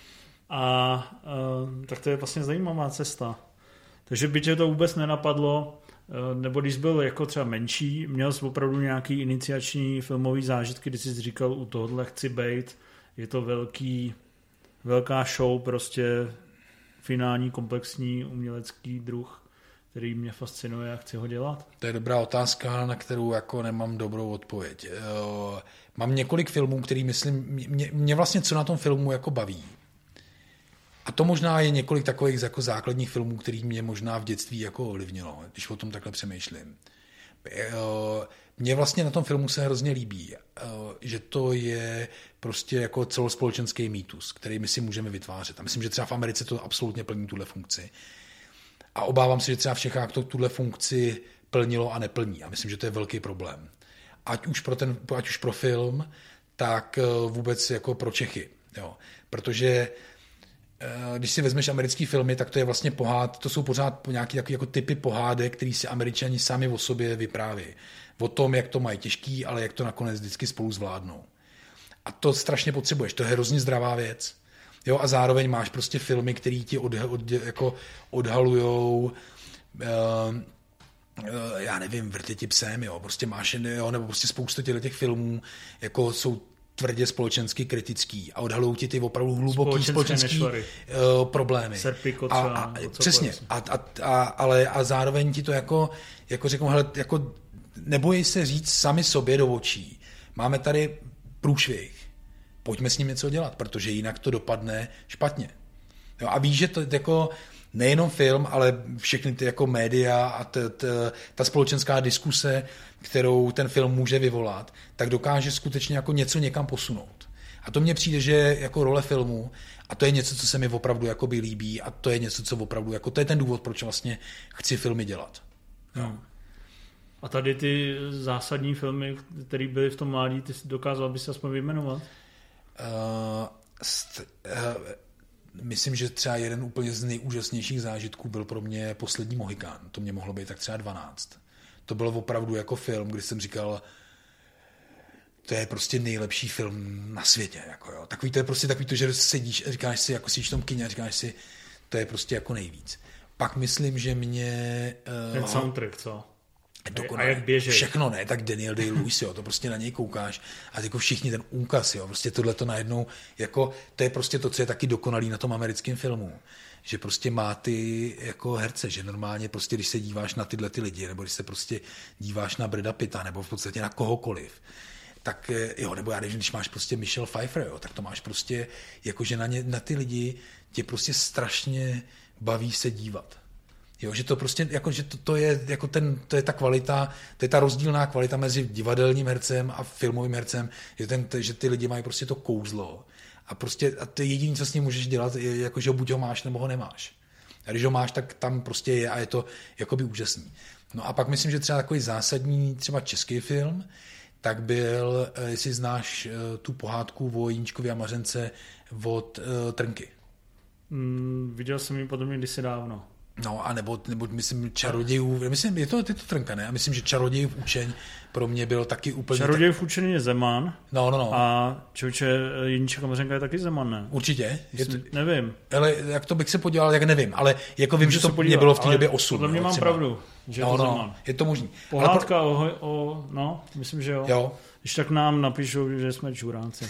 A uh, tak to je vlastně zajímavá cesta. Takže by tě to vůbec nenapadlo, nebo když byl jako třeba menší, měl jsi opravdu nějaký iniciační filmový zážitky, kdy jsi říkal, u tohohle chci bejt, je to velký, velká show, prostě finální, komplexní, umělecký druh, který mě fascinuje a chci ho dělat? To je dobrá otázka, na kterou jako nemám dobrou odpověď. Mám několik filmů, který myslím, mě, mě vlastně co na tom filmu jako baví. A to možná je několik takových jako základních filmů, který mě možná v dětství jako ovlivnilo, když o tom takhle přemýšlím. Mně vlastně na tom filmu se hrozně líbí, že to je prostě jako celospolečenský mýtus, který my si můžeme vytvářet. A myslím, že třeba v Americe to absolutně plní tuhle funkci. A obávám se, že třeba v Čechách to tuhle funkci plnilo a neplní. A myslím, že to je velký problém. Ať už pro, ten, ať už pro film, tak vůbec jako pro Čechy. Jo. Protože když si vezmeš americký filmy, tak to je vlastně pohád, to jsou pořád nějaké jako, jako typy pohádek, který si Američani sami o sobě vypráví. O tom, jak to mají těžký, ale jak to nakonec vždycky spolu zvládnou. A to strašně potřebuješ, to je hrozně zdravá věc. Jo, a zároveň máš prostě filmy, který ti od, od, jako odhalujou uh, uh, já nevím, Vrtě ti psem, jo, prostě máš, jo, nebo prostě spoustu těch filmů, jako jsou tvrdě společensky kritický a odhalují ti ty opravdu hluboký společenský uh, problémy. Serpiko třeba. A, a, přesně. A, a, a, ale, a zároveň ti to jako, jako řeknu, hele, jako nebojí se říct sami sobě do očí. Máme tady průšvih. Pojďme s ním něco dělat, protože jinak to dopadne špatně. Jo, a víš, že to jako nejenom film, ale všechny ty jako média a t, t, ta společenská diskuse, kterou ten film může vyvolat, tak dokáže skutečně jako něco někam posunout. A to mně přijde, že je jako role filmu a to je něco, co se mi opravdu jakoby líbí a to je něco, co opravdu, jako to je ten důvod, proč vlastně chci filmy dělat. No. A tady ty zásadní filmy, které byly v tom mládí, ty dokázal bys se aspoň vyjmenovat? Uh, st, uh, myslím, že třeba jeden úplně z nejúžasnějších zážitků byl pro mě Poslední Mohikán. To mě mohlo být tak třeba dvanáct. To byl opravdu jako film, kdy jsem říkal, to je prostě nejlepší film na světě. Jako jo. Takový to je prostě takový to, že sedíš a říkáš si, jako si v tom kině a říkáš si, to je prostě jako nejvíc. Pak myslím, že mě... Uh, Ten soundtrack, co? Dokonale. A jak běžej. Všechno ne, tak Daniel Day-Lewis, jo, to prostě na něj koukáš a jako všichni ten úkaz, jo, prostě tohleto najednou, jako, to je prostě to, co je taky dokonalý na tom americkém filmu, že prostě má ty jako herce, že normálně prostě, když se díváš na tyhle ty lidi, nebo když se prostě díváš na Brada Pitta, nebo v podstatě na kohokoliv, tak jo, nebo já nevím, když máš prostě Michelle Pfeiffer, jo, tak to máš prostě, jakože na, ně, na ty lidi tě prostě strašně baví se dívat. Jo, že to prostě, jako, že to, to, je, jako ten, to je ta kvalita, to je ta rozdílná kvalita mezi divadelním hercem a filmovým hercem, že, ten, že ty lidi mají prostě to kouzlo a prostě a to jediné, co s ním můžeš dělat, je jako, že buď ho máš, nebo ho nemáš. A když ho máš, tak tam prostě je a je to jakoby úžasný. No a pak myslím, že třeba takový zásadní třeba český film, tak byl, jestli znáš tu pohádku o Jíčkovi a Mařence od uh, Trnky. Mm, viděl jsem ji podobně kdysi dávno. No a nebo, nebo myslím Čarodějů, myslím, je to, je to Trnka, ne? A myslím, že Čarodějův učeň pro mě byl taky úplně... Čarodějův učeň je Zeman. No, no, no. A člověče, Jeníček a Mařenka je taky Zeman, ne? Určitě. Myslím, je to, nevím. Ale jak to bych se podíval, jak nevím, ale jako vím, Můžu že to podívat, mě bylo v té době osm. Podle mě no, mám třeba. pravdu, že no, je to no, Zeman. Je to možný. Pohádka pro... o, o, no, myslím, že jo. Jo. Když tak nám napíšou, že jsme čuránci.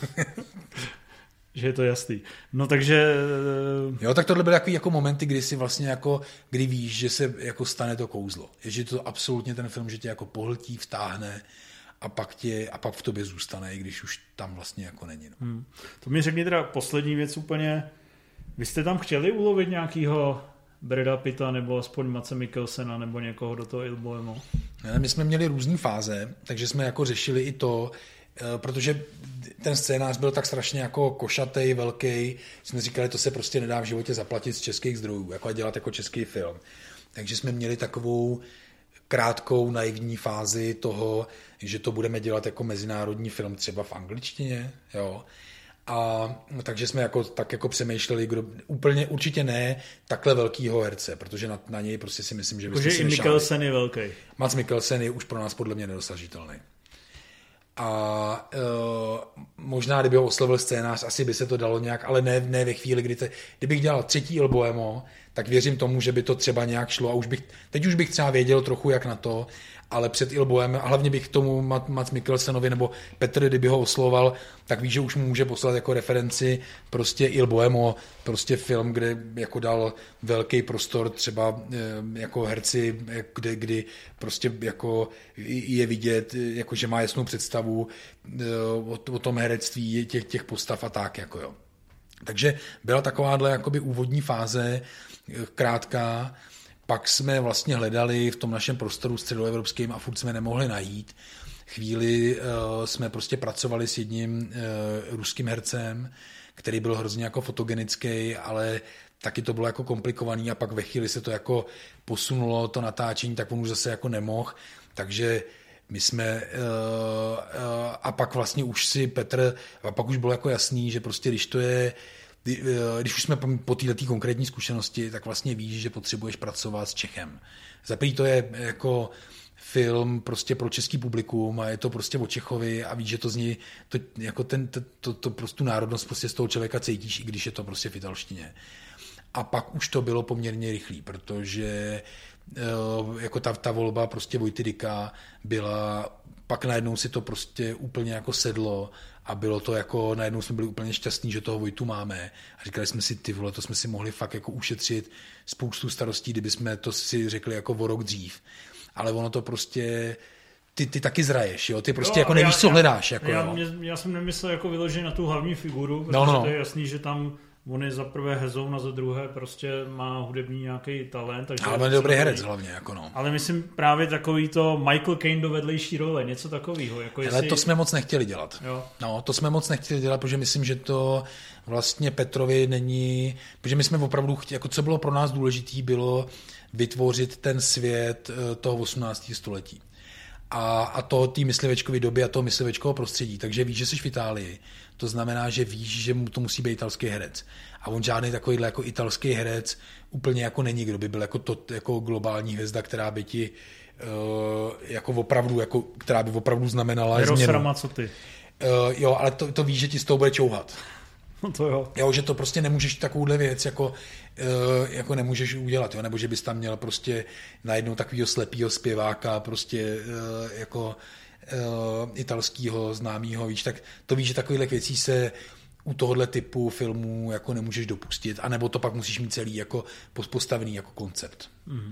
Že je to jasný. No takže... Jo, tak tohle byly takový jako momenty, kdy si vlastně jako, kdy víš, že se jako stane to kouzlo. Je, že to absolutně ten film, že tě jako pohltí, vtáhne a pak, tě, a pak v tobě zůstane, i když už tam vlastně jako není. No. Hmm. To mi řekni teda poslední věc úplně. Vy jste tam chtěli ulovit nějakýho Brada Pitta nebo aspoň Matse Mikkelsena nebo někoho do toho Il Bohemo? My jsme měli různý fáze, takže jsme jako řešili i to, protože ten scénář byl tak strašně jako košatej, velký, jsme říkali, to se prostě nedá v životě zaplatit z českých zdrojů, jako dělat jako český film. Takže jsme měli takovou krátkou naivní fázi toho, že to budeme dělat jako mezinárodní film třeba v angličtině, jo. A takže jsme jako, tak jako přemýšleli, kdo, úplně určitě ne takhle velkýho herce, protože na, na něj prostě si myslím, že byste si i Mikkelsen je velký. Mads Mikkelsen je už pro nás podle mě nedosažitelný. A uh, možná, kdyby ho oslovil scénář, asi by se to dalo nějak, ale ne, ne ve chvíli, kdy te, kdybych dělal třetí Il Bohemo, tak věřím tomu, že by to třeba nějak šlo a už bych, teď už bych třeba věděl trochu jak na to, ale před Il Bohemem, a hlavně bych k tomu Mads Mikkelsenovi nebo Petr, kdyby ho oslovoval, tak víš, že už mu může poslat jako referenci prostě Il Bohemo, prostě film, kde jako dal velký prostor třeba jako herci, kde, kdy prostě jako je vidět, jako že má jasnou představu o, o tom herectví těch, těch postav a tak, jako jo. Takže byla takováhle jakoby úvodní fáze, krátká. Pak jsme vlastně hledali v tom našem prostoru středoevropským a furt jsme nemohli najít. Chvíli uh, jsme prostě pracovali s jedním uh, ruským hercem, který byl hrozně jako fotogenický, ale taky to bylo jako komplikovaný a pak ve chvíli se to jako posunulo, to natáčení, tak on už zase jako nemohl, takže my jsme uh, uh, a pak vlastně už si Petr, a pak už bylo jako jasný, že prostě když to je když už jsme po této konkrétní zkušenosti, tak vlastně víš, že potřebuješ pracovat s Čechem. Za první to je jako film prostě pro český publikum a je to prostě o Čechovi a víš, že to z něj, to, jako ten, to, to, to prostě tu národnost prostě z toho člověka cítíš, i když je to prostě v italštině. A pak už to bylo poměrně rychlý, protože jako ta, ta volba prostě Vojty Dyka byla, pak najednou si to prostě úplně jako sedlo a bylo to jako, najednou jsme byli úplně šťastní, že toho Vojtu máme a říkali jsme si, ty vole, to jsme si mohli fakt jako ušetřit spoustu starostí, kdyby jsme to si řekli jako o rok dřív. ale ono to prostě, ty, ty taky zraješ, jo, ty prostě jo, jako nevíš, já, co hledáš. Jako, já, jo. Mě, já jsem nemyslel jako vyloženě na tu hlavní figuru, protože no, no. to je jasný, že tam on je za prvé hezoun a za druhé prostě má hudební nějaký talent. Takže ale on je dobrý herec hlavně. Jako no. Ale myslím právě takový to Michael Caine do vedlejší role, něco takového. Jako ale jestli... to jsme moc nechtěli dělat. Jo. No, to jsme moc nechtěli dělat, protože myslím, že to vlastně Petrovi není, protože my jsme opravdu chtěli, jako co bylo pro nás důležitý, bylo vytvořit ten svět toho osmnáctého století. A, a to té myslivečkové doby a toho myslivečkového prostředí. Takže víš, že jsi v Itálii. To znamená, že víš, že mu to musí být italský herec. A on žádný takovýhle jako italský herec úplně jako není, kdo by byl jako, to, jako globální hvězda, která by ti uh, jako opravdu, jako, která by opravdu znamenala Eros změnu. Ramazzotti. Uh, jo, ale to, to víš, že ti z toho bude čouhat. No to jo. Jo, že to prostě nemůžeš takovouhle věc jako, uh, jako nemůžeš udělat, jo? Nebo že bys tam měl prostě najednou takovýho slepýho zpěváka, prostě uh, jako uh, italskýho známýho, víš, tak to víš, že takovýhle věcí se u tohohle typu filmů jako nemůžeš dopustit, anebo to pak musíš mít celý jako postavený jako koncept. Mm.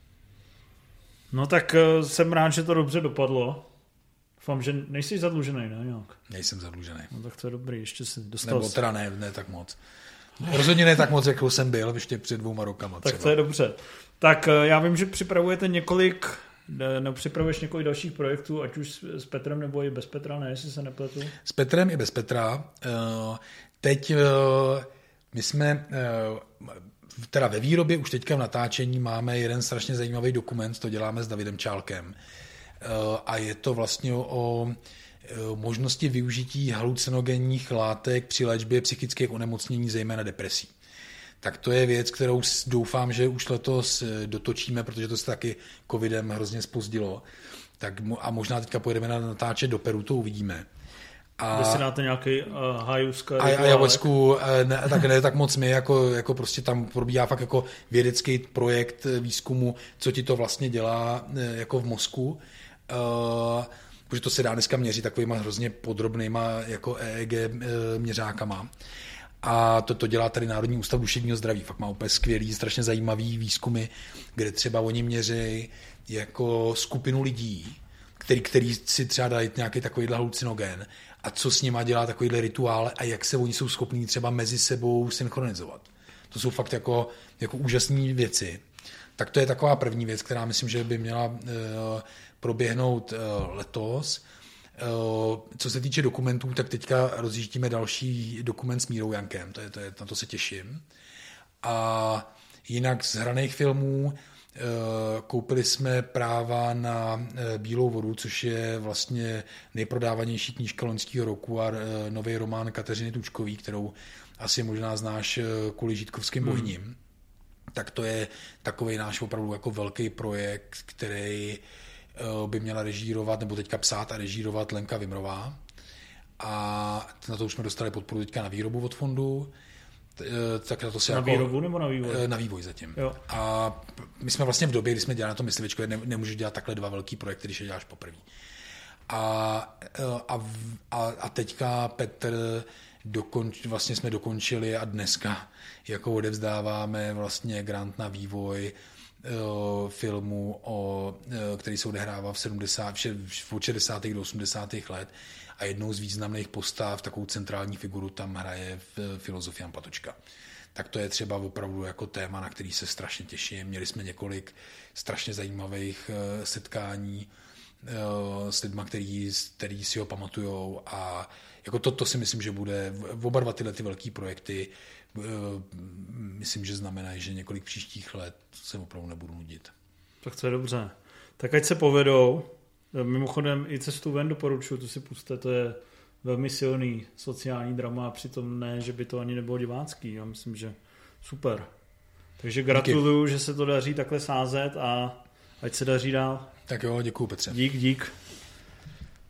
No tak uh, jsem rád, že to dobře dopadlo. Doufám, že nejsi zadlužený, ne? Nějak. Nejsem zadlužený. No tak to je dobrý, ještě si dostal. Nebo teda ne, ne tak moc. Rozhodně ne tak moc, jako jsem byl ještě před dvouma rokama. Tak to je dobře. Tak já vím, že připravujete několik, no, připravuješ několik dalších projektů, ať už s Petrem nebo i bez Petra, ne, jestli se nepletu. S Petrem i bez Petra. Teď my jsme teda ve výrobě, už teďka v natáčení máme jeden strašně zajímavý dokument, to děláme s Davidem Čálkem. A je to vlastně o možnosti využití halucinogenních látek při léčbě psychických onemocnění, zejména depresí. Tak to je věc, kterou doufám, že už letos dotočíme, protože to se taky covidem hrozně zpozdilo. Tak a možná teďka pojedeme na natáčet do Peru, to uvidíme. A vy si dáte nějaký uh, hajuska? A ayahuasku, ne, tak ne tak moc my, jako, jako prostě tam probíhá fakt jako vědecký projekt výzkumu, co ti to vlastně dělá jako v mozku. Uh, protože to se dá dneska měřit takovýma hrozně podrobnýma jako E E G měřákama. A to, to dělá tady Národní ústav duševního zdraví. Fakt má úplně skvělý, strašně zajímavý výzkumy, kde třeba oni měří jako skupinu lidí, který, který si třeba dají nějaký takovýhle halucinogen a co s nima dělá takovýhle rituál a jak se oni jsou schopní třeba mezi sebou synchronizovat. To jsou fakt jako, jako úžasné věci. Tak to je taková první věc, která myslím, že by měla uh, proběhnout uh, letos. Uh, co se týče dokumentů, tak teďka rozjíždíme další dokument s Mírou Jankem, to je, to je, na to se těším. A jinak z hraných filmů uh, koupili jsme práva na uh, Bílou vodu, což je vlastně nejprodávanější knížka loňského roku a uh, nový román Kateřiny Tučkový, kterou asi možná znáš uh, kvůli Žítkovským hmm. bohním. Tak to je takový náš opravdu jako velký projekt, který by měla režírovat, nebo teďka psát a režírovat Lenka Vimrová. A na to už jsme dostali podporu teďka na výrobu od fondu. Tak na to se na jako, výrobu nebo na vývoj? Na vývoj zatím. Jo. A my jsme vlastně v době, kdy jsme dělali na tom myslivečku, ne, nemůžeš dělat takhle dva velký projekty, když je děláš poprvé. A, a, a, a teďka Petr dokonč, vlastně jsme dokončili a dneska jako odevzdáváme vlastně grant na vývoj filmu, o, který se odehrává v sedmdesátých od šedesátých do osmdesátých let a jednou z významných postav, takovou centrální figuru tam hraje filozof Jan Patočka. Tak to je třeba opravdu jako téma, na který se strašně těším. Měli jsme několik strašně zajímavých setkání s lidma, který, který si ho pamatujou a jako to, to si myslím, že bude oba dva tyhle ty velký projekty myslím, že znamená, že několik příštích let se opravdu nebudu nudit. Tak to je dobře. Tak ať se povedou. Mimochodem i Cestu ven doporučuji, to si puste, to je velmi silný sociální drama a přitom ne, že by to ani nebylo divácký. Já myslím, že super. Takže gratuluju, díky, že se to daří takhle sázet a ať se daří dál. Tak jo, děkuju Petře. Dík, dík.